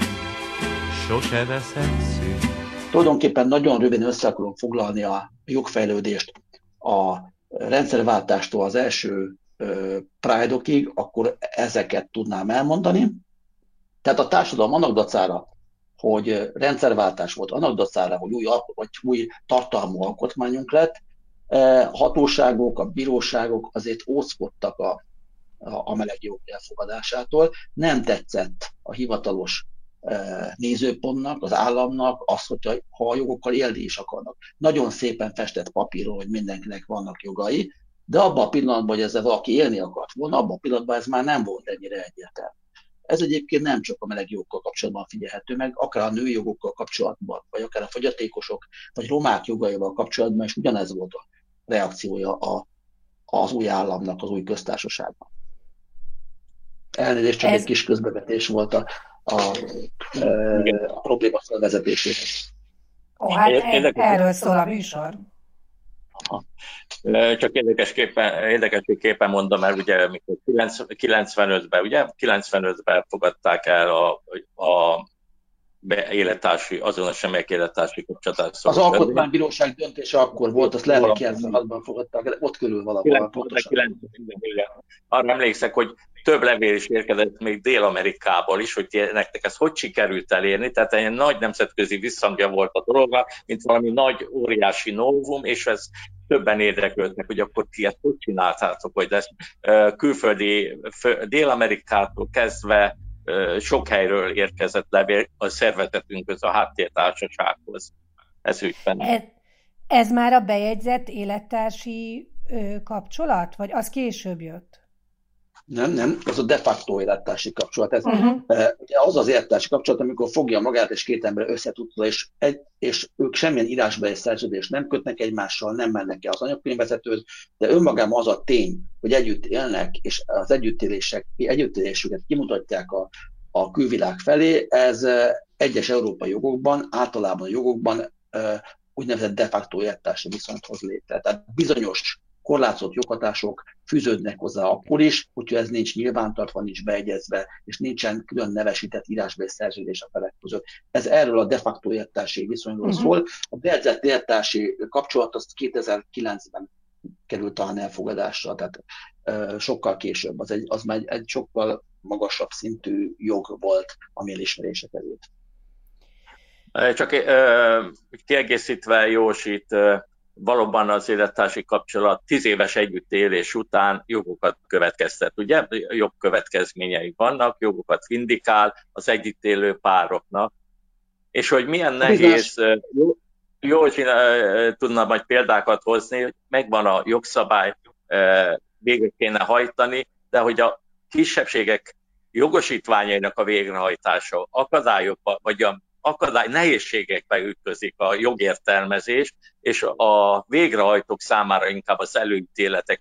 sose veszekszünk. Tulajdonképpen nagyon röviden össze akarom foglalni a jogfejlődést a rendszerváltástól az első Pride-okig, akkor ezeket tudnám elmondani. Tehát a társadalom annak dacára, hogy rendszerváltás volt, annak dacára, hogy új tartalmú alkotmányunk lett, hatóságok, a bíróságok azért óckodtak a meleg jog elfogadásától. Nem tetszett a hivatalos nézőpontnak, az államnak az, hogy ha a jogokkal élni is akarnak. Nagyon szépen festett papíron, hogy mindenkinek vannak jogai, de abban a pillanatban, hogy ezzel valaki élni akart volna, abban a pillanatban ez már nem volt ennyire egyértelmű. Ez egyébként nem csak a meleg jogokkal kapcsolatban figyelhető meg, akár a női jogokkal kapcsolatban, vagy akár a fogyatékosok, vagy romák jogaival kapcsolatban is ugyanez volt a reakciója az új államnak, az új köztársaságban. Elnézést, csak egy kis közbevetés volt a probléma felvezetéséhez. Hát erről szól a műsor. Csak érdekességképpen mondom el, ugye, amikor 95-ben, ugye, 95-ben fogadták el a azonos nemek élettársi kapcsolatát. Az Alkotmánybíróság döntése akkor volt, azt lehet, hogy 96-ban fogadták, ott körül valahol pontosan. Arra emlékszek, hogy több levél is érkezett még Dél-Amerikából is, hogy nektek ez hogy sikerült elérni, tehát egy nagy nemzetközi visszhangja volt a dolognak, mint valami nagy, óriási novum, és ez többen érdeklődnek, hogy akkor ti ezt hogy csináltátok, hogy ez külföldi, Dél-Amerikától kezdve sok helyről érkezett levél a szervezetünkhöz, a háttértársasághoz. Ez ügyben. Ez már a bejegyzett élettársi kapcsolat, vagy az később jött? Nem, az a de facto élettársi kapcsolat. Ez az az élettársi kapcsolat, amikor fogja magát, és két ember összetudta, és ők semmilyen írásbeli szerződést nem kötnek egymással, nem mennek el az anyakönyvvezetőhöz, de önmagában az a tény, hogy együtt élnek, és az együttélésüket kimutatják a külvilág felé, ez egyes európai jogokban, általában a jogokban úgynevezett de facto élettársi viszonyt hoz létre. Tehát bizonyos korlátozott joghatások fűződnek hozzá akkor is, hogyha ez nincs nyilvántartva, nincs beegyezve, és nincsen külön nevesített írásbeli szerződés a felek között. Ez erről a de facto élettársi viszonyról szól. A bejegyzett élettársi kapcsolat az 2009-ben került talán elfogadásra, tehát sokkal később. Az már egy sokkal magasabb szintű jog volt, ami elismerése került. Csak kiegészítve Józsit, valóban az élettársi kapcsolat 10 éves együttélés után jogokat következtet. Ugye jogkövetkezményei vannak, jogokat vindikál az együttélő pároknak. És hogy milyen nehéz, Józsi tudna majd példákat hozni, hogy megvan a jogszabály, végre kéne hajtani, de hogy a kisebbségek jogosítványainak a végrehajtása akadályokba, vagy a nehézségekbe ütközik a jogértelmezés, és a végrehajtók számára inkább az előítéletek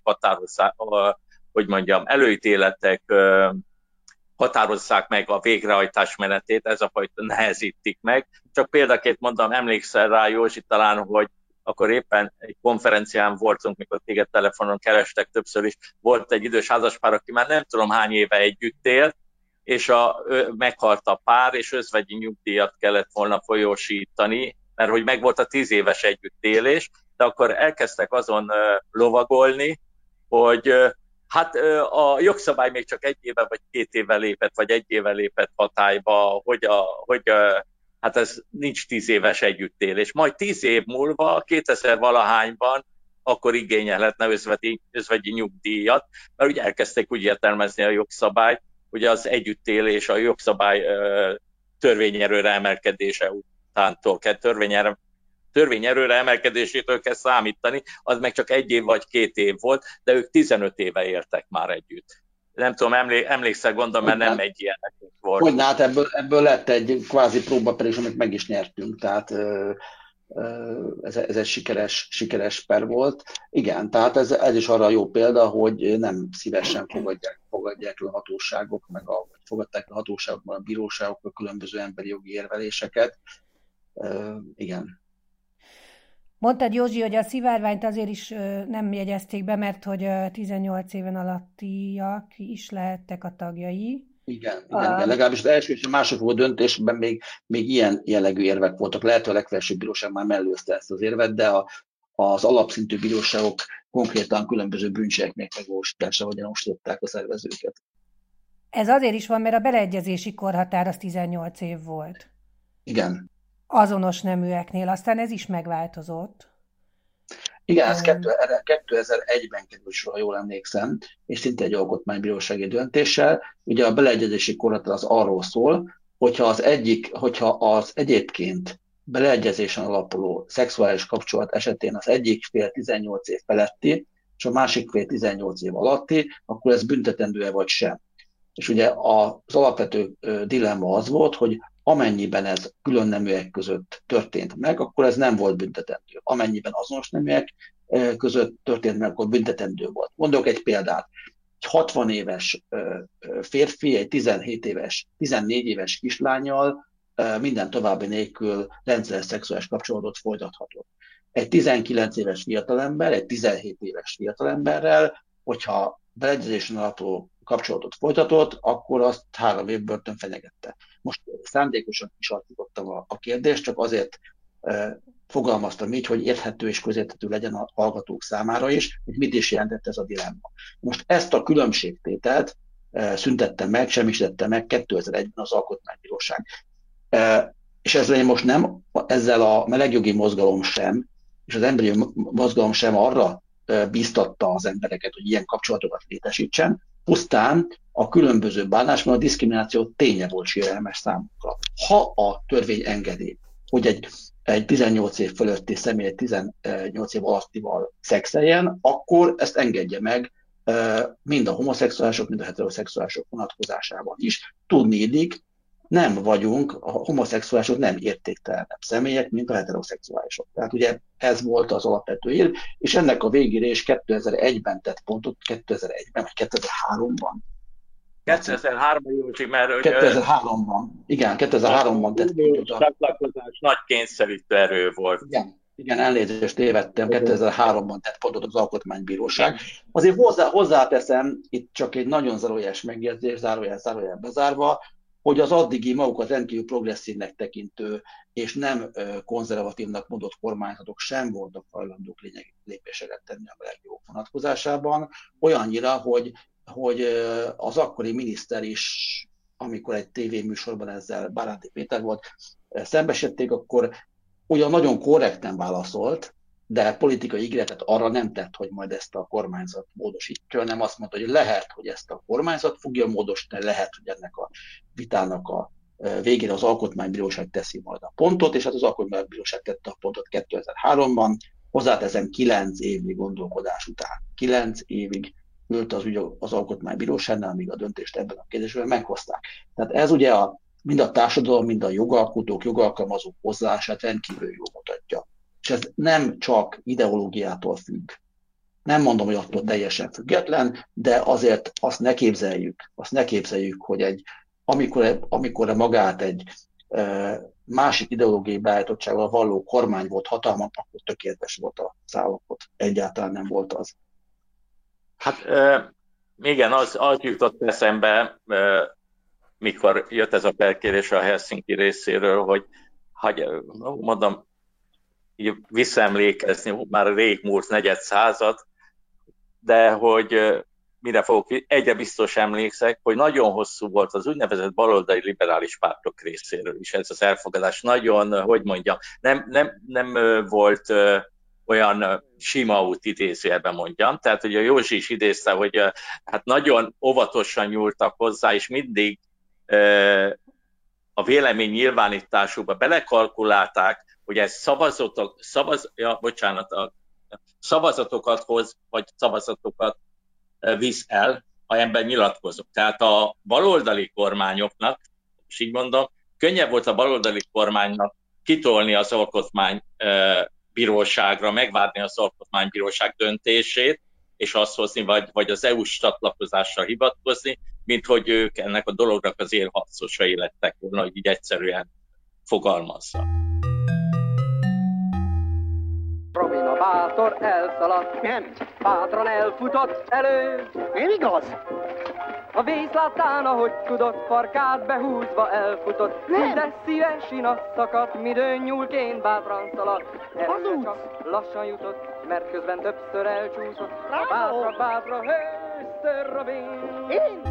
határozzák meg a végrehajtás menetét, ez a fajta nehezítik meg. Csak példaként mondom, emlékszel rá, Józsi, talán, hogy akkor éppen egy konferencián voltunk, mikor téged telefonon kerestek többször is, volt egy idős házaspár, aki már nem tudom hány éve együtt élt, és meghalt a pár, és özvegyi nyugdíjat kellett volna folyósítani, mert hogy megvolt a 10 éves együttélés, de akkor elkezdtek azon lovagolni, hogy hát a jogszabály még csak 1 éve, vagy 2 éve lépett, vagy 1 éve lépett hatályba, hogy hát ez nincs 10 éves együttélés. Majd 10 év múlva, 2000-valahányban, akkor igényelhetne özvegyi nyugdíjat, mert ugye elkezdték úgy értelmezni a jogszabályt, ugye az együttélés a jogszabály törvényerőre emelkedése utántól kell, törvényerőre emelkedésétől kell számítani, az meg csak 1 év vagy 2 év volt, de ők 15 éve éltek már együtt. Nem tudom, emlékszel, gondolom, mert nem egy ilyen volt. Hogyne, hát ebből lett egy kvázi próbaper is, amit meg is nyertünk, tehát ez egy sikeres per volt. Igen, tehát ez is arra jó példa, hogy nem szívesen fogadják le a hatóságok, fogadták le a hatóságokban a bíróságok a különböző emberi jogi érveléseket. Igen. Mondtad, Józsi, hogy a szivárványt azért is nem jegyezték be, mert hogy 18 éven alattiak is lehettek a tagjai. Igen. Legalábbis az első és a másodfokú döntésben még ilyen jellegű érvek voltak. Lehet, hogy a legfelsőbb bíróság már mellőzte ezt az érvet, de az alapszintű bíróságok konkrétan különböző bűncselekmények megvalósításával gyanúsították a szervezőket. Ez azért is van, mert a beleegyezési korhatár az 18 év volt. Igen. Azonos neműeknél, aztán ez is megváltozott. Igen, ez 2001-ben került sor, ha jól emlékszem, és szinte egy alkotmánybírósági döntéssel. Ugye a beleegyezési korhatár az arról szól, hogyha az egyébként beleegyezésen alapuló szexuális kapcsolat esetén az egyik fél 18 év feletti, és a másik fél 18 év alatti, akkor ez büntetendő-e vagy sem. És ugye az alapvető dilemma az volt, hogy amennyiben ez külön neműek között történt meg, akkor ez nem volt büntetendő. Amennyiben azonos neműek között történt meg, akkor büntetendő volt. Mondok egy példát. Egy 60 éves férfi egy 14 éves kislánnyal minden további nélkül rendszeres szexuális kapcsolatot folytathatott. Egy 19 éves fiatalember, egy 17 éves fiatalemberrel, hogyha beleegyezésen alapuló kapcsolatot folytatott, akkor azt 3 év börtön fenyegette. Most szándékosan is alakítottam a kérdést, csak azért fogalmaztam így, hogy érthető és közérthető legyen a hallgatók számára is, hogy mit is jelentett ez a dilemma. Most ezt a különbségtételt szüntette meg, semmisítette meg 2001-ben az Alkotmánybíróság. És ezzel most nem, ezzel a melegjogi mozgalom sem, és az emberi mozgalom sem arra bíztatta az embereket, hogy ilyen kapcsolatokat létesítsen, pusztán a különböző bánásban a diszkrimináció ténye volt sérelmes számukra. Ha a törvény engedi, hogy egy 18 év fölötti személy egy 18 év alattival szexeljen, akkor ezt engedje meg mind a homoszexuálisok, mind a heteroszexuálisok vonatkozásában is. Tudni illik, nem vagyunk, a homoszexuálisok nem értéktelenebb személyek, mint a heteroszexuálisok. Tehát ugye ez volt az alapvető érv, és ennek a végére 2001-ben tett pontot, 2001-ben, vagy 2003-ban. 2003-ban, mert 2003-ban, igen, 2003-ban tett pontot. A csatlakozás nagy kényszerítő erő volt. Igen, elnézést tévedtem, 2003-ban tett pontot az Alkotmánybíróság. Azért hozzáteszem, itt csak egy nagyon zárójeles megjegyzés, zárójel bezárva, hogy az addigi magukat rendkívül progresszívnek tekintő és nem konzervatívnak mondott kormányzatok sem voltak hajlandók lényegi lépéseket tenni a melegjogok vonatkozásában, olyannyira, hogy az akkori miniszter is, amikor egy tévéműsorban ezzel Báránti Péter volt, szembesítették, akkor ugyan nagyon korrekten válaszolt, de politikai ígéretet arra nem tett, hogy majd ezt a kormányzat módosítja, hanem azt mondta, hogy lehet, hogy ezt a kormányzat fogja módosítani, lehet, hogy ennek a vitának a végére az Alkotmánybíróság teszi majd a pontot, és hát az Alkotmánybíróság tette a pontot 2003-ban, hozzáteszem 9 évnyi gondolkodás után. 9 évig ült az ügy az Alkotmánybíróságnál, amíg a döntést ebben a kérdésben meghozták. Tehát ez ugye mind a társadalom, mind a jogalkotók, jogalkalmazók hozzáállását rendkívül jól mutatja. És ez nem csak ideológiától függ. Nem mondom, hogy attól teljesen független, de azért azt ne képzeljük, hogy amikor magát egy másik ideológiai beállítottsággal valló kormány volt hatalma, akkor tökéletes volt az állapot. Egyáltalán nem volt az. Hát igen, az jutott eszembe, mikor jött ez a felkérés a Helsinki részéről, hogy mondom, visszaemlékezni, már rég múlt negyed század, de hogy mire fogok, egyre biztos emlékszek, hogy nagyon hosszú volt az úgynevezett baloldali liberális pártok részéről is ez az elfogadás. Nagyon, hogy mondjam, nem volt olyan sima út, idézőjelben mondjam. Tehát, hogy a Józsi is idézte, hogy hát nagyon óvatosan nyúltak hozzá, és mindig a vélemény nyilvánításukba belekalkulálták, hogy ez szavazatokat hoz, vagy szavazatokat visz el, ha ebben nyilatkozok. Tehát a baloldali kormányoknak, és így mondom, könnyebb volt a baloldali kormánynak kitolni az alkotmánybíróságra, megvárni az alkotmánybíróság döntését, és azt hozni, vagy az EU-s csatlakozásra hivatkozni, mint hogy ők ennek a dolognak az élharcosai lettek volna, hogy így egyszerűen fogalmazza. Robin a bátor elszaladt, nem, bátran elfutott elő. Nem igaz? A vész láttán, ahogy tudott, farkát behúzva elfutott. Nem. De szíves inas szakadt, midőn nyúlként bátran szaladt. Erre csak lassan jutott, mert közben többször elcsúszott. Bátra, hőször Robin. Én?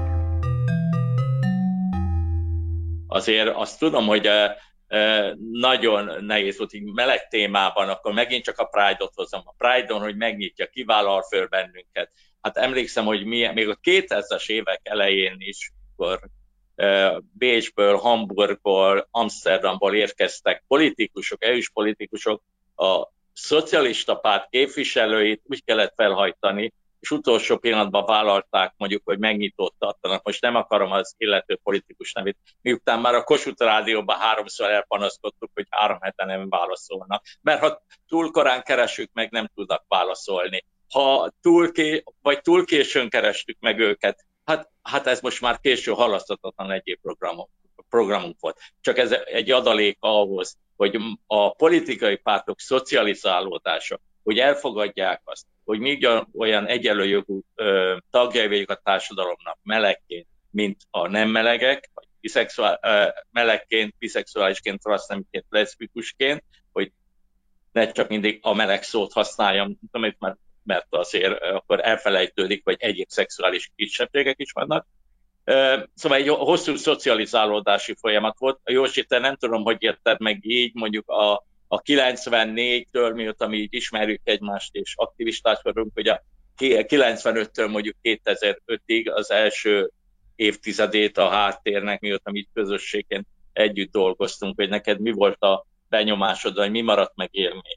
Azért azt tudom, hogy nagyon nehéz volt így meleg témában, akkor megint csak a Pride-ot hozom. A Pride-on, hogy megnyitja, kivállal föl bennünket. Hát emlékszem, hogy még a 2000-es évek elején is, akkor Bécsből, Hamburgból, Amsterdamból érkeztek politikusok, EU-s politikusok, a szocialista párt képviselőit úgy kellett felhajtani, és utolsó pillanatban vállalták mondjuk, hogy megnyitót tartanak. Most nem akarom az illető politikus nevét, miután már a Kossuth Rádióban 3-szor elpanaszkodtuk, hogy 3 hete nem válaszolnak. Mert ha túl korán keresünk meg, nem tudnak válaszolni. Ha túl későn kerestük meg őket, hát ez most már késő, halaszthatatlan egyéb programunk volt. Csak ez egy adalék ahhoz, hogy a politikai pártok szocializálódása, hogy elfogadják azt, hogy mi olyan egyenlő jogú tagjai vagyunk a társadalomnak melegként, mint a nem melegek, vagy melegként, biszexuálisként, transznemként, leszbikusként, hogy ne csak mindig a meleg szót használjam, mert azért akkor elfelejtődik, hogy egyéb szexuális kisebbségek is vannak. Szóval egy hosszú szocializálódási folyamat volt. Józsi, te nem tudom, hogy érted meg így, mondjuk a 94-től, mióta mi így ismerjük egymást és aktivistáskodunk, hogy a 95-től mondjuk 2005-ig az első évtizedét a háttérnek, mióta mi közösségként együtt dolgoztunk, hogy neked mi volt a benyomásod, vagy mi maradt meg élmény?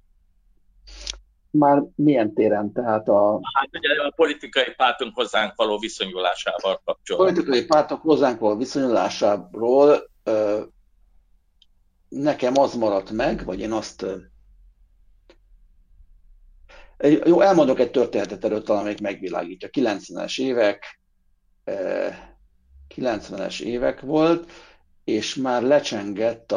Már milyen téren? Tehát Hát ugye a politikai pártunk hozzánk való viszonyulásával kapcsolatban. Politikai pártok hozzánk való viszonyulásáról nekem az maradt meg, vagy én azt... Jó, elmondok egy történetet erről, talán még megvilágítja. 90-es évek volt, és már lecsengett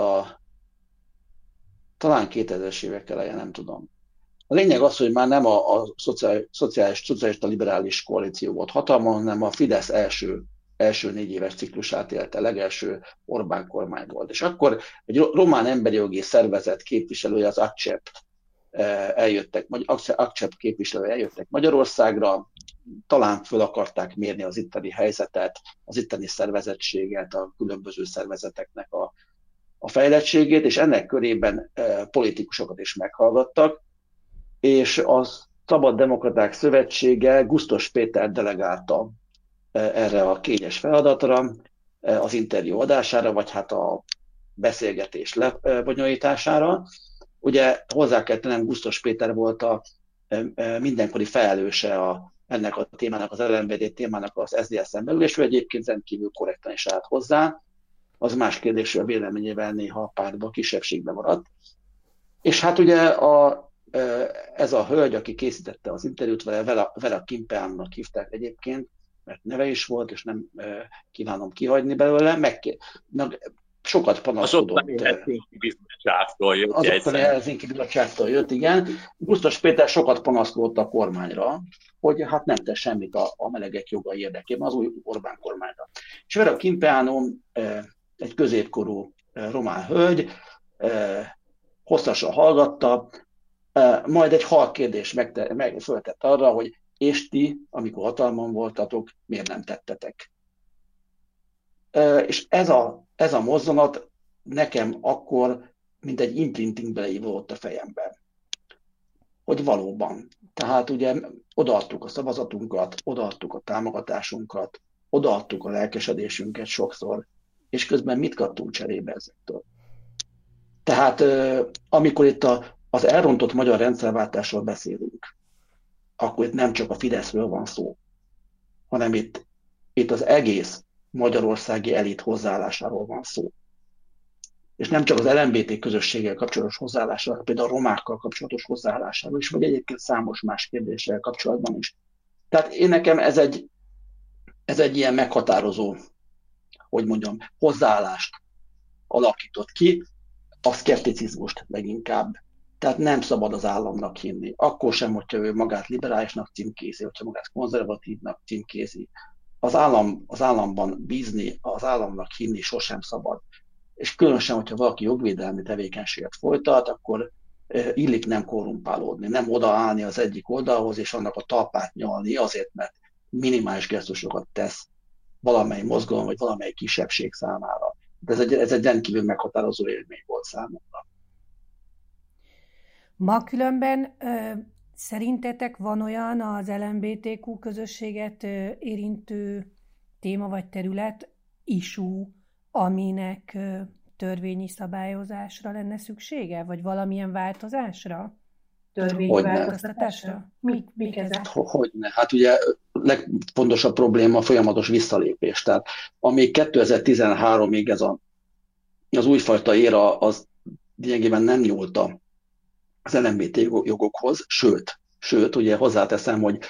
talán 2000-es évek eleje, nem tudom. A lényeg az, hogy már nem a szocialista liberális koalíció volt hatalmon, hanem a Fidesz első 4 éves ciklusát élte, legelső Orbán kormány volt. És akkor egy román emberi jogi szervezet képviselője, az ACCEP képviselője eljöttek Magyarországra, talán föl akarták mérni az itteni helyzetet, az itteni szervezettséget, a különböző szervezeteknek a fejlettségét, és ennek körében politikusokat is meghallgattak, és a Szabad Demokraták Szövetsége Gusztos Péter delegálta erre a kényes feladatra, az interjú adására, vagy hát a beszélgetés lebonyolítására. Ugye hozzá kell tennem, Gusztos Péter volt a mindenkori felelőse ennek a témának, az LMBD témának az SZDSZ-en belül, és ő egyébként rendkívül korrektan is állt hozzá. Az más kérdés, hogy a véleményével néha a pártban kisebbségben maradt. És hát ugye ez a hölgy, aki készítette az interjút, Vera Kimpeánnak hívták egyébként, mert neve is volt, és nem kívánom kihagyni belőle, sokat panaszkodott. Az ottani Helsinki bizottságtól jött. Az ottani Helsinki bizottságtól jött, igen. Gusztos Péter sokat panaszkodott a kormányra, hogy hát nem tesz semmit a melegek jogai érdekében, az új Orbán kormányra. És Vera Kimpeánó, egy középkorú román hölgy, hosszasan hallgatta, majd egy halk kérdés föltett arra, hogy és ti, amikor hatalmon voltatok, miért nem tettetek? És ez a mozzanat nekem akkor, mint egy imprinting beleívódott a fejembe. Hogy valóban. Tehát ugye odaadtuk a szavazatunkat, odaadtuk a támogatásunkat, odaadtuk a lelkesedésünket sokszor, és közben mit kaptunk cserébe ezektől? Tehát amikor itt az elrontott magyar rendszerváltásról beszélünk, akkor itt nem csak a Fideszről van szó, hanem itt az egész magyarországi elit hozzáállásáról van szó. És nem csak az LMBT közösséggel kapcsolatos hozzáállásáról, például a romákkal kapcsolatos hozzáállásáról is, vagy egyébként számos más kérdéssel kapcsolatban is. Tehát én nekem ez egy ilyen meghatározó, hogy mondjam, hozzáállást alakított ki, a szkepticizmust leginkább. Tehát nem szabad az államnak hinni. Akkor sem, hogyha ő magát liberálisnak címkézi, hogyha magát konzervatívnak címkézi. Az államban bízni, az államnak hinni sosem szabad. És különösen, hogyha valaki jogvédelmi tevékenységet folytat, akkor illik nem korrumpálódni, nem odaállni az egyik oldalhoz, és annak a talpát nyalni azért, mert minimális gesztusokat tesz valamely mozgalom, vagy valamely kisebbség számára. Ez egy rendkívül meghatározó élmény volt számomra. Ma különben szerintetek van olyan az LMBTQ közösséget érintő téma vagy terület, issue, aminek törvényi szabályozásra lenne szüksége, vagy valamilyen változásra? Törvényi változtatásra? Mik ezek? Hogyne. Hát ugye legfontosabb probléma a folyamatos visszalépés. Tehát amíg 2013-ig az újfajta éra az lényegében nem nyúlta az LMBT jogokhoz, sőt, ugye hozzáteszem, hogy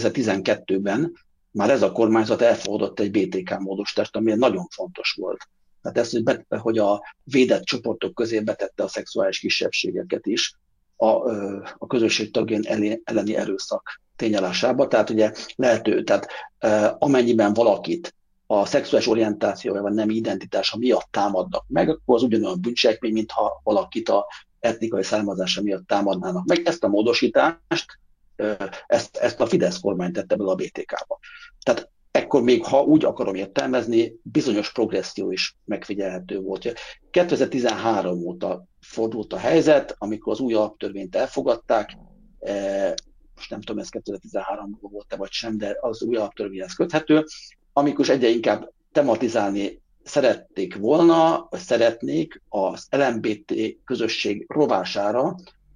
2012-ben már ez a kormányzat elfogadott egy BTK módosítást, ami nagyon fontos volt. Tehát ezt, hogy a védett csoportok közé betette a szexuális kisebbségeket is a közösség tagjai elleni erőszak tényállásába. Tehát ugye tehát amennyiben valakit a szexuális orientációja vagy nemi identitása miatt támadnak meg, akkor az ugyanolyan bűncselekmény, mintha valakit a etnikai származása miatt támadnának meg. Ezt a módosítást, ezt a Fidesz kormány tette bele a BTK-ba. Tehát ekkor még, ha úgy akarom értelmezni, bizonyos progresszió is megfigyelhető volt. 2013 óta fordult a helyzet, amikor az új alaptörvényt elfogadták, most nem tudom, ez 2013-ban volt-e vagy sem, de az új alaptörvényhez köthető, amikor is egyre inkább tematizálni szerették volna, vagy szeretnék az LMBT közösség rovására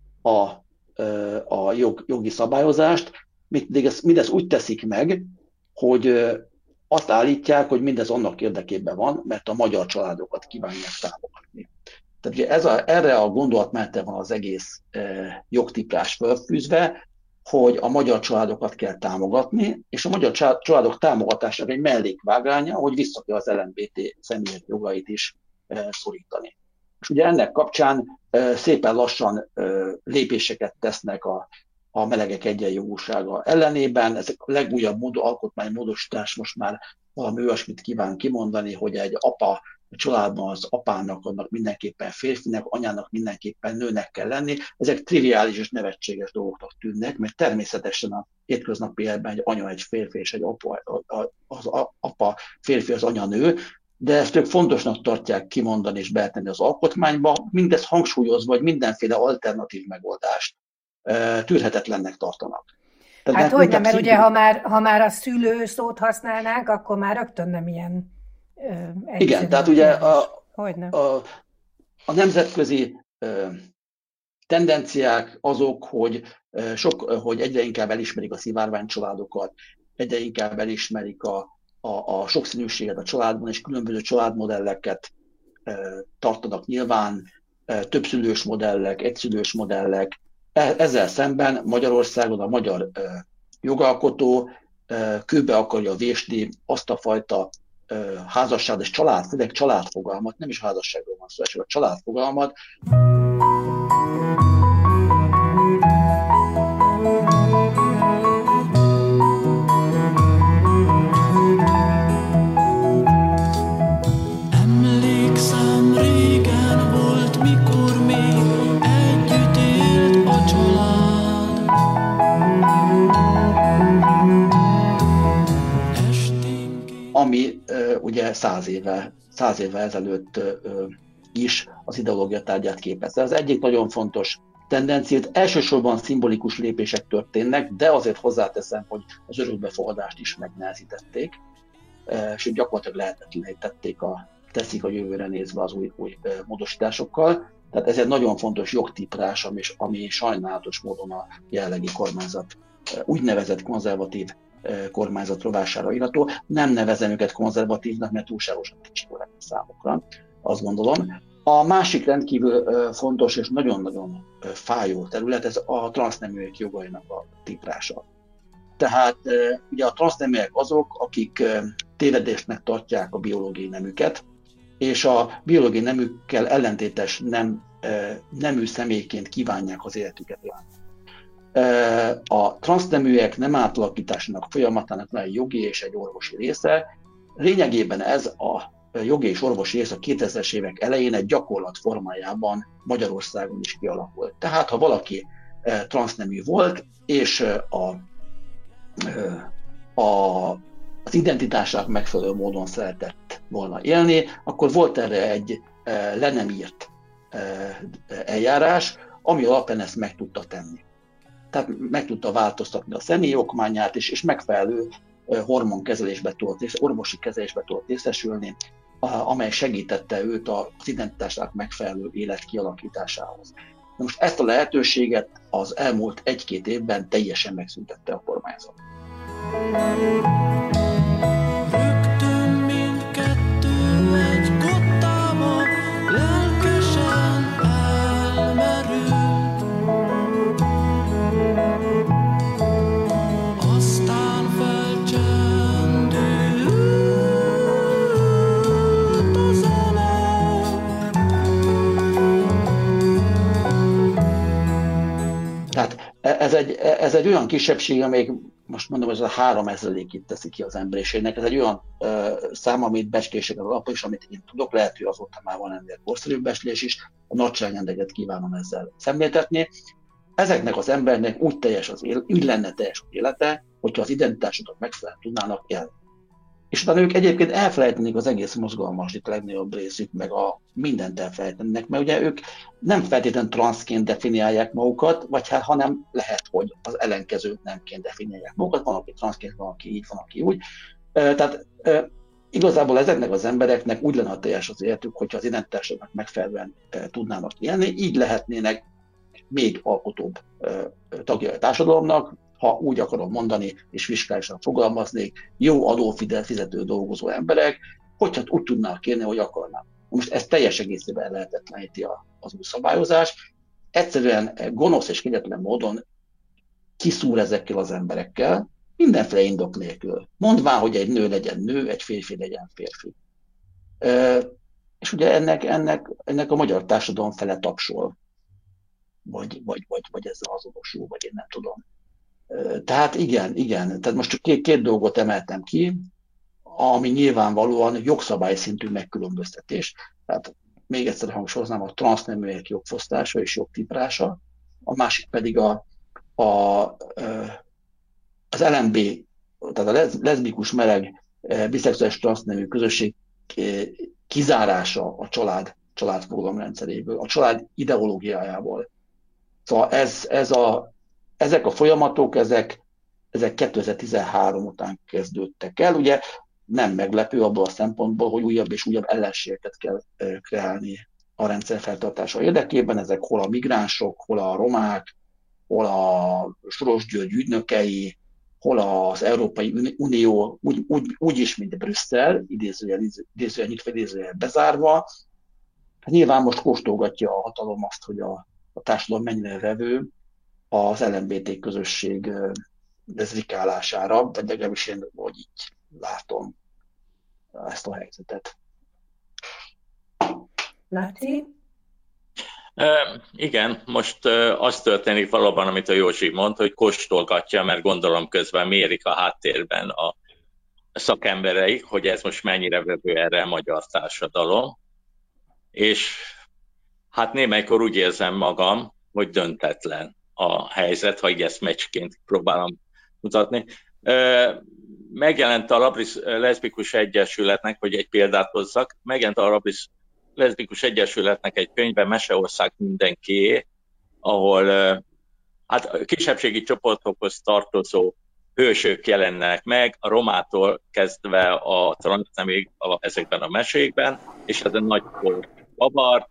a jogi szabályozást, mindez úgy teszik meg, hogy azt állítják, hogy mindez annak érdekében van, mert a magyar családokat kívánják támogatni. Tehát ugye erre a gondolatmenete van az egész jogtiprás felfűzve, hogy a magyar családokat kell támogatni, és a magyar családok támogatására egy mellékvágánya, hogy vissza kell az LMBT személyek jogait is szorítani. És ugye ennek kapcsán szépen lassan lépéseket tesznek a melegek egyenjogúsága ellenében. Ez a legújabb alkotmánymódosítás most már valami olyasmit kíván kimondani, hogy egy apa a családban az apának annak mindenképpen férfinek, anyának mindenképpen nőnek kell lenni. Ezek triviális és nevetséges dolgoknak tűnnek, mert természetesen a hétköznapi életben egy anya egy férfi és egy az apa férfi, az anya nő, de ezt ők fontosnak tartják kimondani és betenni az alkotmányba, mindezt hangsúlyozva, hogy mindenféle alternatív megoldást tűrhetetlennek tartanak. Tehát hát hogy nem, mert ugye ha már a szülő szót használnánk, akkor már rögtön nem ilyen egyszerű. Igen, tehát ugye a nemzetközi tendenciák azok, hogy egyre inkább elismerik a szivárványcsaládokat, egyre inkább elismerik a sokszínűséget a családban, és különböző családmodelleket tartanak nyilván, többszülős modellek, egyszülős modellek. Ezzel szemben Magyarországon a magyar jogalkotó kőbe akarja vésni azt a fajta házasság és főleg családfogalmat, nem is házasságról van szó, a családfogalmat. Emlékszem, régen volt, mikor még együtt élt a család. Ami ugye 100 évvel ezelőtt is az ideológia tárgyát képezte. Ez egyik nagyon fontos tendenciát. Elsősorban szimbolikus lépések történnek, de azért hozzáteszem, hogy az örökbefogadást is megnehezítették, és gyakorlatilag lehetetlené teszik a jövőre nézve az új módosításokkal. Tehát ez egy nagyon fontos jogtiprás, ami sajnálatos módon a jelenlegi kormányzat, úgynevezett konzervatív kormányzat rovására írható. Nem nevezem őket konzervatívnak, mert túlságosan kicsikorák számukra, azt gondolom. A másik rendkívül fontos és nagyon-nagyon fájó terület, ez a transzneműek jogainak a tiprása. Tehát ugye a transzneműek azok, akik tévedésnek tartják a biológiai nemüket, és a biológiai nemükkel ellentétes nemű személyként kívánják az életüket élni. A transzneműek nem átalakításának folyamatának van egy jogi és egy orvosi része. Lényegében ez a jogi és orvosi rész a 2000-es évek elején egy gyakorlat formájában Magyarországon is kialakult. Tehát, ha valaki transznemű volt, és az identitásának megfelelő módon szeretett volna élni, akkor volt erre egy le nem írt eljárás, ami alapján ezt meg tudta tenni. Tehát meg tudta változtatni a személyi okmányát, és megfelelő hormonkezelésbe orvosi kezelésbe tudott részesülni, amely segítette őt az identitásának megfelelő élet kialakításához. Na most ezt a lehetőséget az elmúlt 1-2 évben teljesen megszüntette a kormányzat. Rögtön mindkettő egy kottába lelkesen elmerült. Aztán felcsendült a zene. ez egy olyan kisebbség, amelyik most mondom, ez a 3%-ét teszi ki az emberiségnek. Ez egy olyan szám, amit becsléseket alapul, és amit én tudok, lehet, hogy azóta már van ennél korszerűbb becslés is, a nagyságrendeget kívánom ezzel szemléltetni. Ezeknek az embernek úgy lenne teljes az élete, hogyha az identitásokat megfelelően tudnának élni. És utána ők egyébként elfelejtenék az egész mozgalmas, itt a legnagyobb részük, meg mindent elfelejtenek, mert ugye ők nem feltétlenül transzként definiálják magukat, hanem lehet, hogy az ellenkező nemként definiálják magukat, van, aki transzként, van, aki így, van, aki úgy. Tehát igazából ezeknek az embereknek úgy lenne a teljes az életük, hogyha az identitásoknak megfelelően tudnának élni, így lehetnének még alkotóbb tagja a társadalomnak, ha úgy akarom mondani, és fiskálisan fogalmaznék, jó adófizető dolgozó emberek, hogyha úgy tudnának élni, hogy akarnak. Most ez teljes egészében lehetetleníti az új szabályozás. Egyszerűen gonosz és kegyetlen módon kiszúr ezekkel az emberekkel, mindenféle indok nélkül. Mondván, hogy egy nő legyen nő, egy férfi legyen férfi. És ugye ennek a magyar társadalom fele tapsol. Vagy ezzel azonosul, vagy én nem tudom. Tehát igen. Tehát most két dolgot emeltem ki, ami nyilvánvalóan jogszabály szintű megkülönböztetés. Tehát még egyszer hangsúlyoznám, a transzneműek jogfosztása és jogtiprása, a másik pedig az LMB, tehát a leszbikus, meleg, biszexuális, transznemű közösség kizárása a család fogalomrendszeréből, a család ideológiájából. Szóval ezek a folyamatok, ezek 2013 után kezdődtek el. Ugye nem meglepő abból a szempontból, hogy újabb és újabb ellenségeket kell kreálni a rendszer feltartása érdekében. Ezek hol a migránsok, hol a romák, hol a Soros György ügynökei, hol az Európai Unió, úgy is, mint Brüsszel, idézőjel nyitva, idézőjel bezárva. Nyilván most kóstolgatja a hatalom azt, hogy a társadalom mennyire vevő az LMBT közösség dezrikálására, vagy legalábbis én hogy így látom ezt a helyzetet. Láci? Igen, most az történik valóban, amit a Józsi mond, hogy kóstolgatja, mert gondolom közben mérik a háttérben a szakembereik, hogy ez most mennyire vevő erre a magyar társadalom. És hát némelykor úgy érzem magam, hogy döntetlen a helyzet, ha így ezt meccsként próbálom mutatni. Megjelent a Labris Leszbikus Egyesületnek, hogy egy példát hozzak, megjelent a Labris Leszbikus Egyesületnek egy könyve, Meseország mindenkié, ahol hát kisebbségi csoportokhoz tartozó hősök jelennek meg, a romától kezdve a transznemig ezekben a mesékben, és ez egy nagy babart.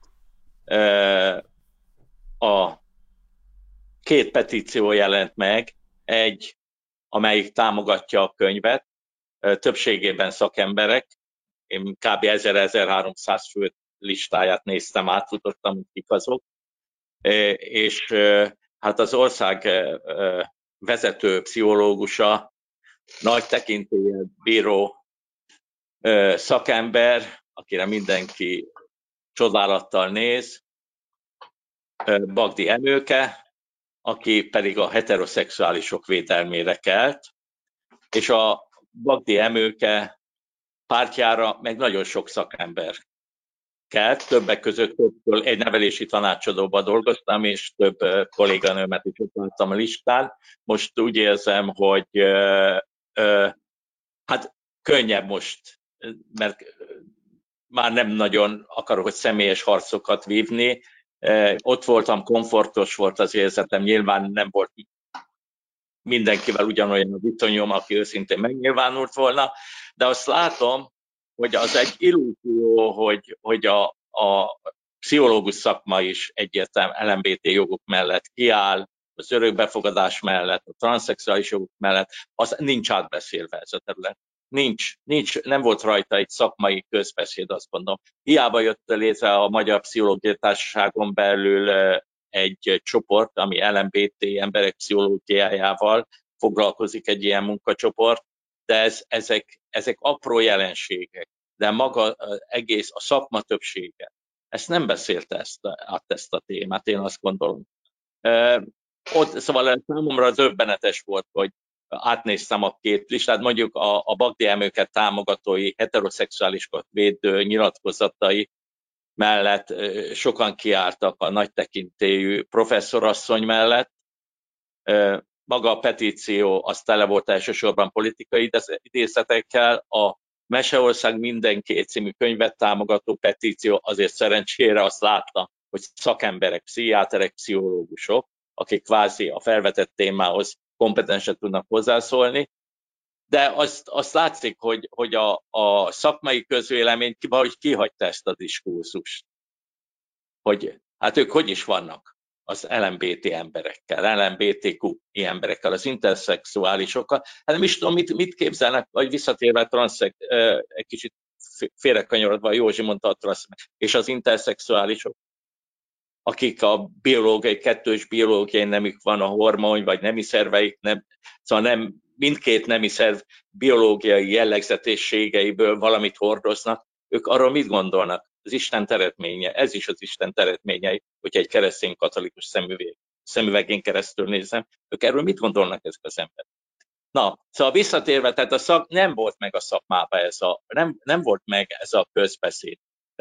A két petíció jelent meg, egy, amelyik támogatja a könyvet, többségében szakemberek, én kb. 1000-1300 fő listáját néztem, átfutottam, hogy kik azok, és hát az ország vezető pszichológusa, nagy tekintéllyel bíró szakember, akire mindenki csodálattal néz, Bagdi Emőke, aki pedig a heteroszexuálisok védelmére kelt, és a Bagdi Emőke pártjára meg nagyon sok szakember kelt, többek között egy nevelési tanácsadóban dolgoztam, és több kolléganőmet is ott láttam a listán. Most úgy érzem, hogy hát könnyebb most, mert már nem nagyon akarok, hogy személyes harcokat vívni. Ott voltam, komfortos volt az érzetem, nyilván nem volt mindenkivel ugyanolyan a viszonyom, aki őszintén megnyilvánult volna, de azt látom, hogy az egy illúzió, hogy a pszichológus szakma is egyértelműen LMBT jogok mellett kiáll, az örökbefogadás mellett, a transzszexuális jogok mellett, az nincs átbeszélve ez a terület. Nem volt rajta egy szakmai közbeszéd, azt mondom. Hiába jött létre a Magyar Pszichológiai Társaságon belül egy csoport, ami LMBT emberek pszichológiájával foglalkozik, egy ilyen munkacsoport, de ezek apró jelenségek, de maga egész a szakma többsége ezt nem beszélte ezt a témát, én azt gondolom. ott, szóval számomra döbbenetes volt, hogy átnéztem a két listát, mondjuk a Bagdi Emőket támogatói, heteroszexuálisokat védő nyilatkozatai mellett sokan kiálltak a nagy tekintélyű professzorasszony mellett. Maga a petíció az tele volt elsősorban politikai idézetekkel, a Meseország mindenki című könyvet támogató petíció azért szerencsére azt látta, hogy szakemberek, pszichiáterek, pszichológusok, akik kvázi a felvetett témához kompetensen tudnak hozzászólni, de azt látszik, hogy a szakmai közvélemény valahogy kihagyta ezt a diskurzust. Hogy hát ők hogy is vannak az LMBT emberekkel, LMBTQ emberekkel, az interszexuálisokkal. Hát nem is tudom, mit képzelnek, vagy visszatérve a transzek, egy kicsit félrekanyarodva, Józsi mondta a transz, és az interszexuálisok, akik a biológiai, kettős biológiai nemük van, a hormon vagy nemi szerveik, szóval nem mindkét nemi szerv biológiai jellegzetességeiből valamit hordoznak, ők arról mit gondolnak? Az Isten eredménye, ez is az Isten eredménye, hogyha egy keresztény katolikus szemüvegén keresztül nézem, ők erről mit gondolnak ezek az emberek? Na, szóval visszatérve, tehát nem volt meg a szakmában nem volt meg ez a közbeszéd.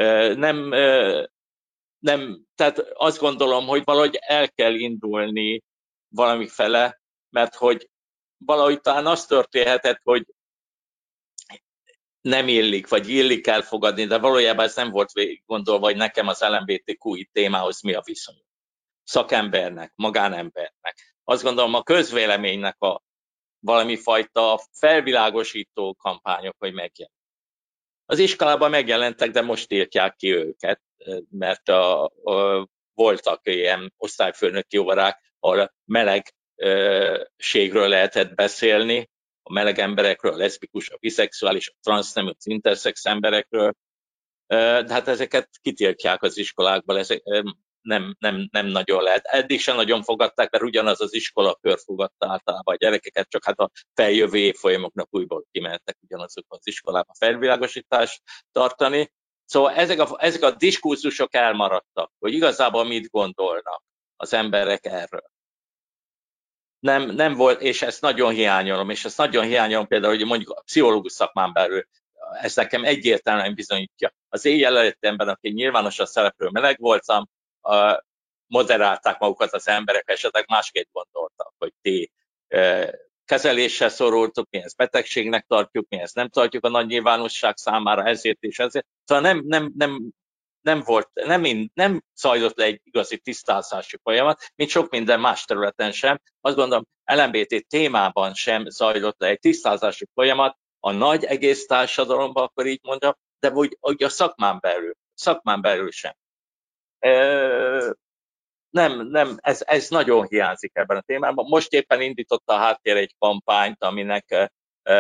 Tehát azt gondolom, hogy valahogy el kell indulni valamifele, mert hogy valahogy talán az történhetett, hogy nem illik, vagy illik elfogadni, de valójában ez nem volt végig gondolva, hogy nekem az LMBTQI témához mi a viszony. Szakembernek, magánembernek. Azt gondolom, a közvéleménynek a valami fajta felvilágosító kampányok, hogy megjelennek. Az iskolában megjelentek, de most tiltják ki őket, mert voltak ilyen osztályfőnöki órák, ahol melegségről lehetett beszélni, a meleg emberekről, a leszbikus, a biszexuális, a transznemű, az interszex emberekről, de hát ezeket kitiltják az iskolákból, ezek nem nagyon lehet. Eddig sem nagyon fogadták, mert ugyanaz az iskolakör fogadta általában a gyerekeket, csak hát a feljövő évfolyamoknak újból kimentek ugyanazok az iskolába felvilágosítást tartani. Szóval ezek a diskurzusok elmaradtak, hogy igazából mit gondolnak az emberek erről. Nem volt, és ezt nagyon hiányolom, például, hogy mondjuk a pszichológus szakmán belül, ez nekem egyértelműen bizonyítja. Az én jelenetemben, aki nyilvánosan szereplő meleg voltam, moderálták magukat az emberek, esetleg másképp gondoltak, hogy ti kezelésre szorultuk, mi ezt betegségnek tartjuk, mi ezt nem tartjuk a nagy nyilvánosság számára, ezért és ezért. Szóval nem zajlott le egy igazi tisztázási folyamat, mint sok minden más területen sem. Azt gondolom, LMBT témában sem zajlott le egy tisztázási folyamat, a nagy egész társadalomban, akkor így mondjam, de úgy a szakmán belül sem. Ez nagyon hiányzik ebben a témában. Most éppen indította a Háttér egy kampányt, aminek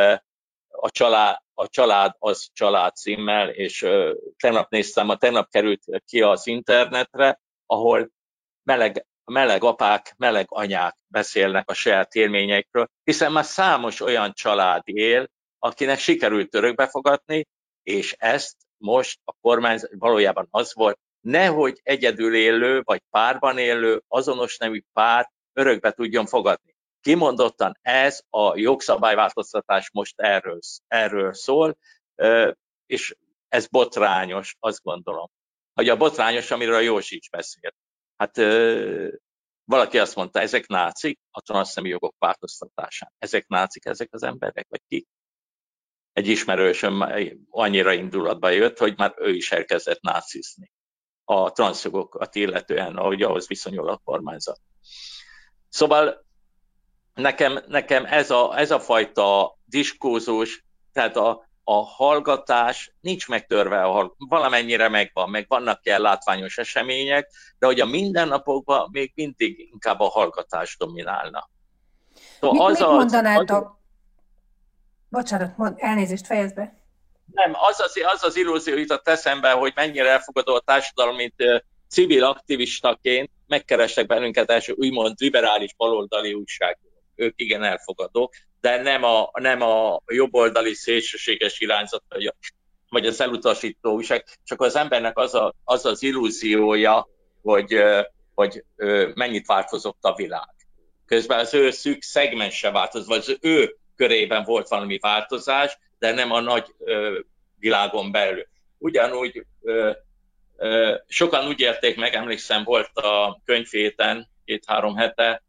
a család az család címmel, és tegnap került ki az internetre, ahol meleg apák, meleg anyák beszélnek a saját élményeikről, hiszen már számos olyan család él, akinek sikerült örökbefogadni, és ezt most a kormányzat valójában az volt, nehogy egyedül élő, vagy párban élő, azonos nemű pár örökbe tudjon fogadni. Kimondottan ez a jogszabályváltoztatás most erről szól, és ez botrányos, azt gondolom. Hogy a botrányos, amiről a Józsi is beszélt. Hát valaki azt mondta, ezek nácik a transznemű jogok változtatásán. Ezek nácik, ezek az emberek, vagy kik? Egy ismerősöm annyira indulatba jött, hogy már ő is elkezdett nácizni a transzjogokat illetően, ahogy ahhoz viszonyul a kormányzat. Szóval nekem ez a fajta diskurzus, tehát a hallgatás nincs megtörve, valamennyire megvan, meg vannak ilyen látványos események, de hogy a mindennapokban még mindig inkább a hallgatás dominálna. Szóval mit mondanátok? Bocsánat, elnézést, fejezd be. Nem, az illúzió jutott eszembe, hogy mennyire elfogadó a társadalom, mint civil aktivistaként megkerestek bennünket első úgymond liberális baloldali újságírók. Ők igen elfogadók, de nem a jobboldali szélsőséges irányzat, vagy az elutasító újság, csak az embernek az illúziója, hogy mennyit változott a világ. közben az ő szűk szegmense változott, vagy az ő körében volt valami változás, de nem a nagy világon belül. Ugyanúgy sokan úgy érték meg, emlékszem, volt a könyvhéten 2-3 hete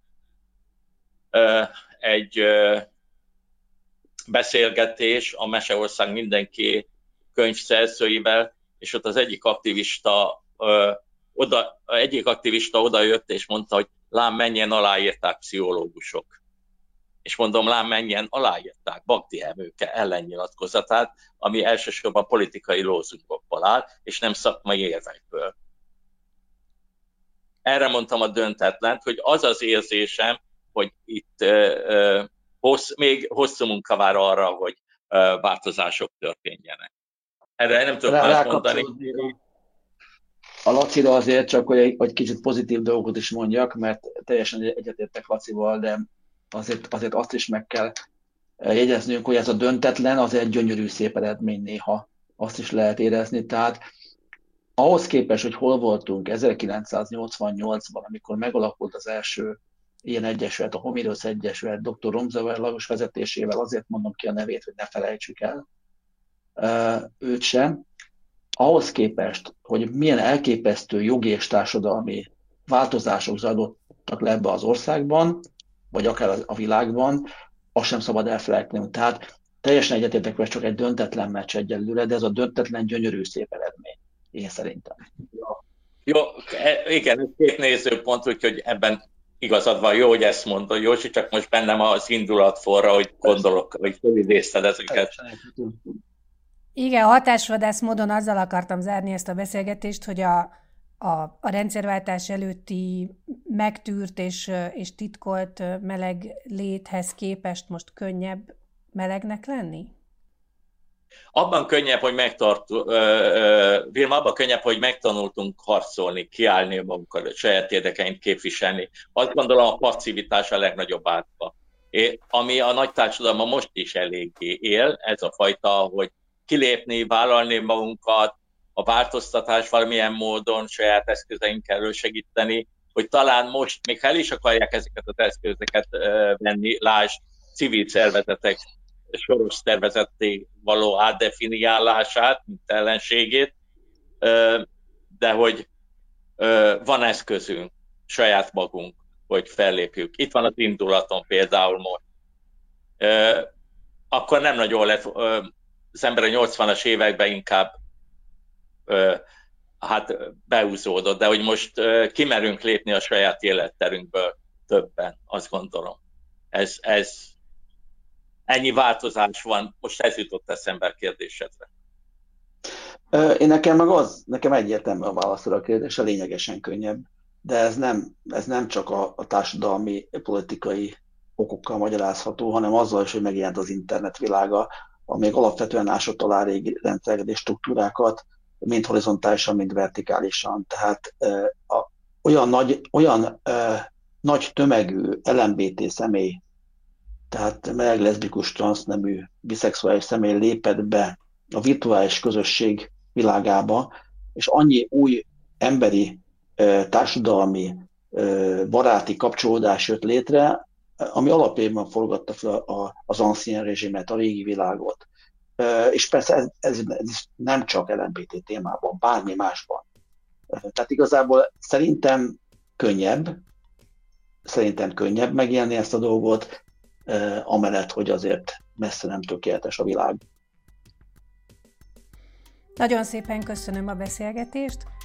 egy beszélgetés a Meseország mindenki könyvszerzőivel, és ott az egyik aktivista oda jött és mondta, hogy lám mennyien aláírták pszichológusok. És mondom, lám mennyien aláírták Bagdi Emőke ellennyilatkozatát, ami elsősorban politikai lózungokból áll, és nem szakmai érvekből. Erre mondtam a döntetlent, hogy az az érzésem, hogy itt még hosszú munka vár arra, hogy változások történjenek. Erre nem tudok más mondani. A Lacira azért csak, hogy kicsit pozitív dolgot is mondjak, mert teljesen egyetértek Lacival, de azért azt is meg kell jegyeznünk, hogy ez a döntetlen az egy gyönyörű szép eredmény néha. Azt is lehet érezni. Tehát ahhoz képest, hogy hol voltunk 1988-ban, amikor megalakult az első ilyen egyesület, a Homérosz Egyesület, dr. Romzavar Lajos vezetésével, azért mondom ki a nevét, hogy ne felejtsük el őt sem. Ahhoz képest, hogy milyen elképesztő jogi és társadalmi változások zajlottak le ebbe az országban, vagy akár a világban, azt sem szabad elfelejteni. Tehát teljesen egyetértek, hogy csak egy döntetlen meccs egyelőre, de ez a döntetlen gyönyörű szép eredmény, én szerintem. Jó, igen, ez két nézőpont, úgyhogy ebben igazad van, jó, hogy ezt mondod, Józsi, csak most bennem az indulat forra, hogy gondolok, hogy fölidézted ezeket. Igen, hatásvadász módon azzal akartam zárni ezt a beszélgetést, hogy a rendszerváltás előtti megtűrt és titkolt meleg léthez képest most könnyebb melegnek lenni? Abban könnyebb, hogy Vilma, abban könnyebb, hogy megtanultunk harcolni, kiállni magunkat, a saját érdekeint képviselni. Azt gondolom, a passzivitás a legnagyobb átva. Ami a nagy társadalomban most is eléggé él, ez a fajta, hogy kilépni, vállalni magunkat, a változtatás valamilyen módon saját eszközeinkkel elősegíteni, hogy talán most, még ha el is akarják ezeket az eszközöket venni, lásd, civil szervezetek soros szervezetté való átdefiniálását, mint ellenségét, de hogy van eszközünk, saját magunk, hogy fellépjük. Itt van az indulatom például most. Akkor nem nagyon lett, az ember a 80-as években inkább beúzódott, de hogy most kimerünk lépni a saját életterünkből többen, azt gondolom. Ez ennyi változás van, most ez jutott eszembe a kérdésedre. Nekem egyértelmű a válaszra a kérdésre, lényegesen könnyebb, de ez nem csak a társadalmi, politikai okokkal magyarázható, hanem azzal is, hogy megjelent az internet világa, ami alapvetően ásott alá régi rendszereket és struktúrákat, mind horizontálisan, mind vertikálisan. Tehát olyan nagy tömegű LMBT személy, tehát meleg, leszbikus, transznemű, biszexuális személy lépett be a virtuális közösség világába, és annyi új emberi, társadalmi, baráti kapcsolódás jött létre, ami alapjában forgatta fel az ancien rezsimet, a régi világot. És persze ez nem csak LMBT témában, bármi másban. Tehát igazából szerintem könnyebb megélni ezt a dolgot, amellett, hogy azért messze nem tökéletes a világ. Nagyon szépen köszönöm a beszélgetést.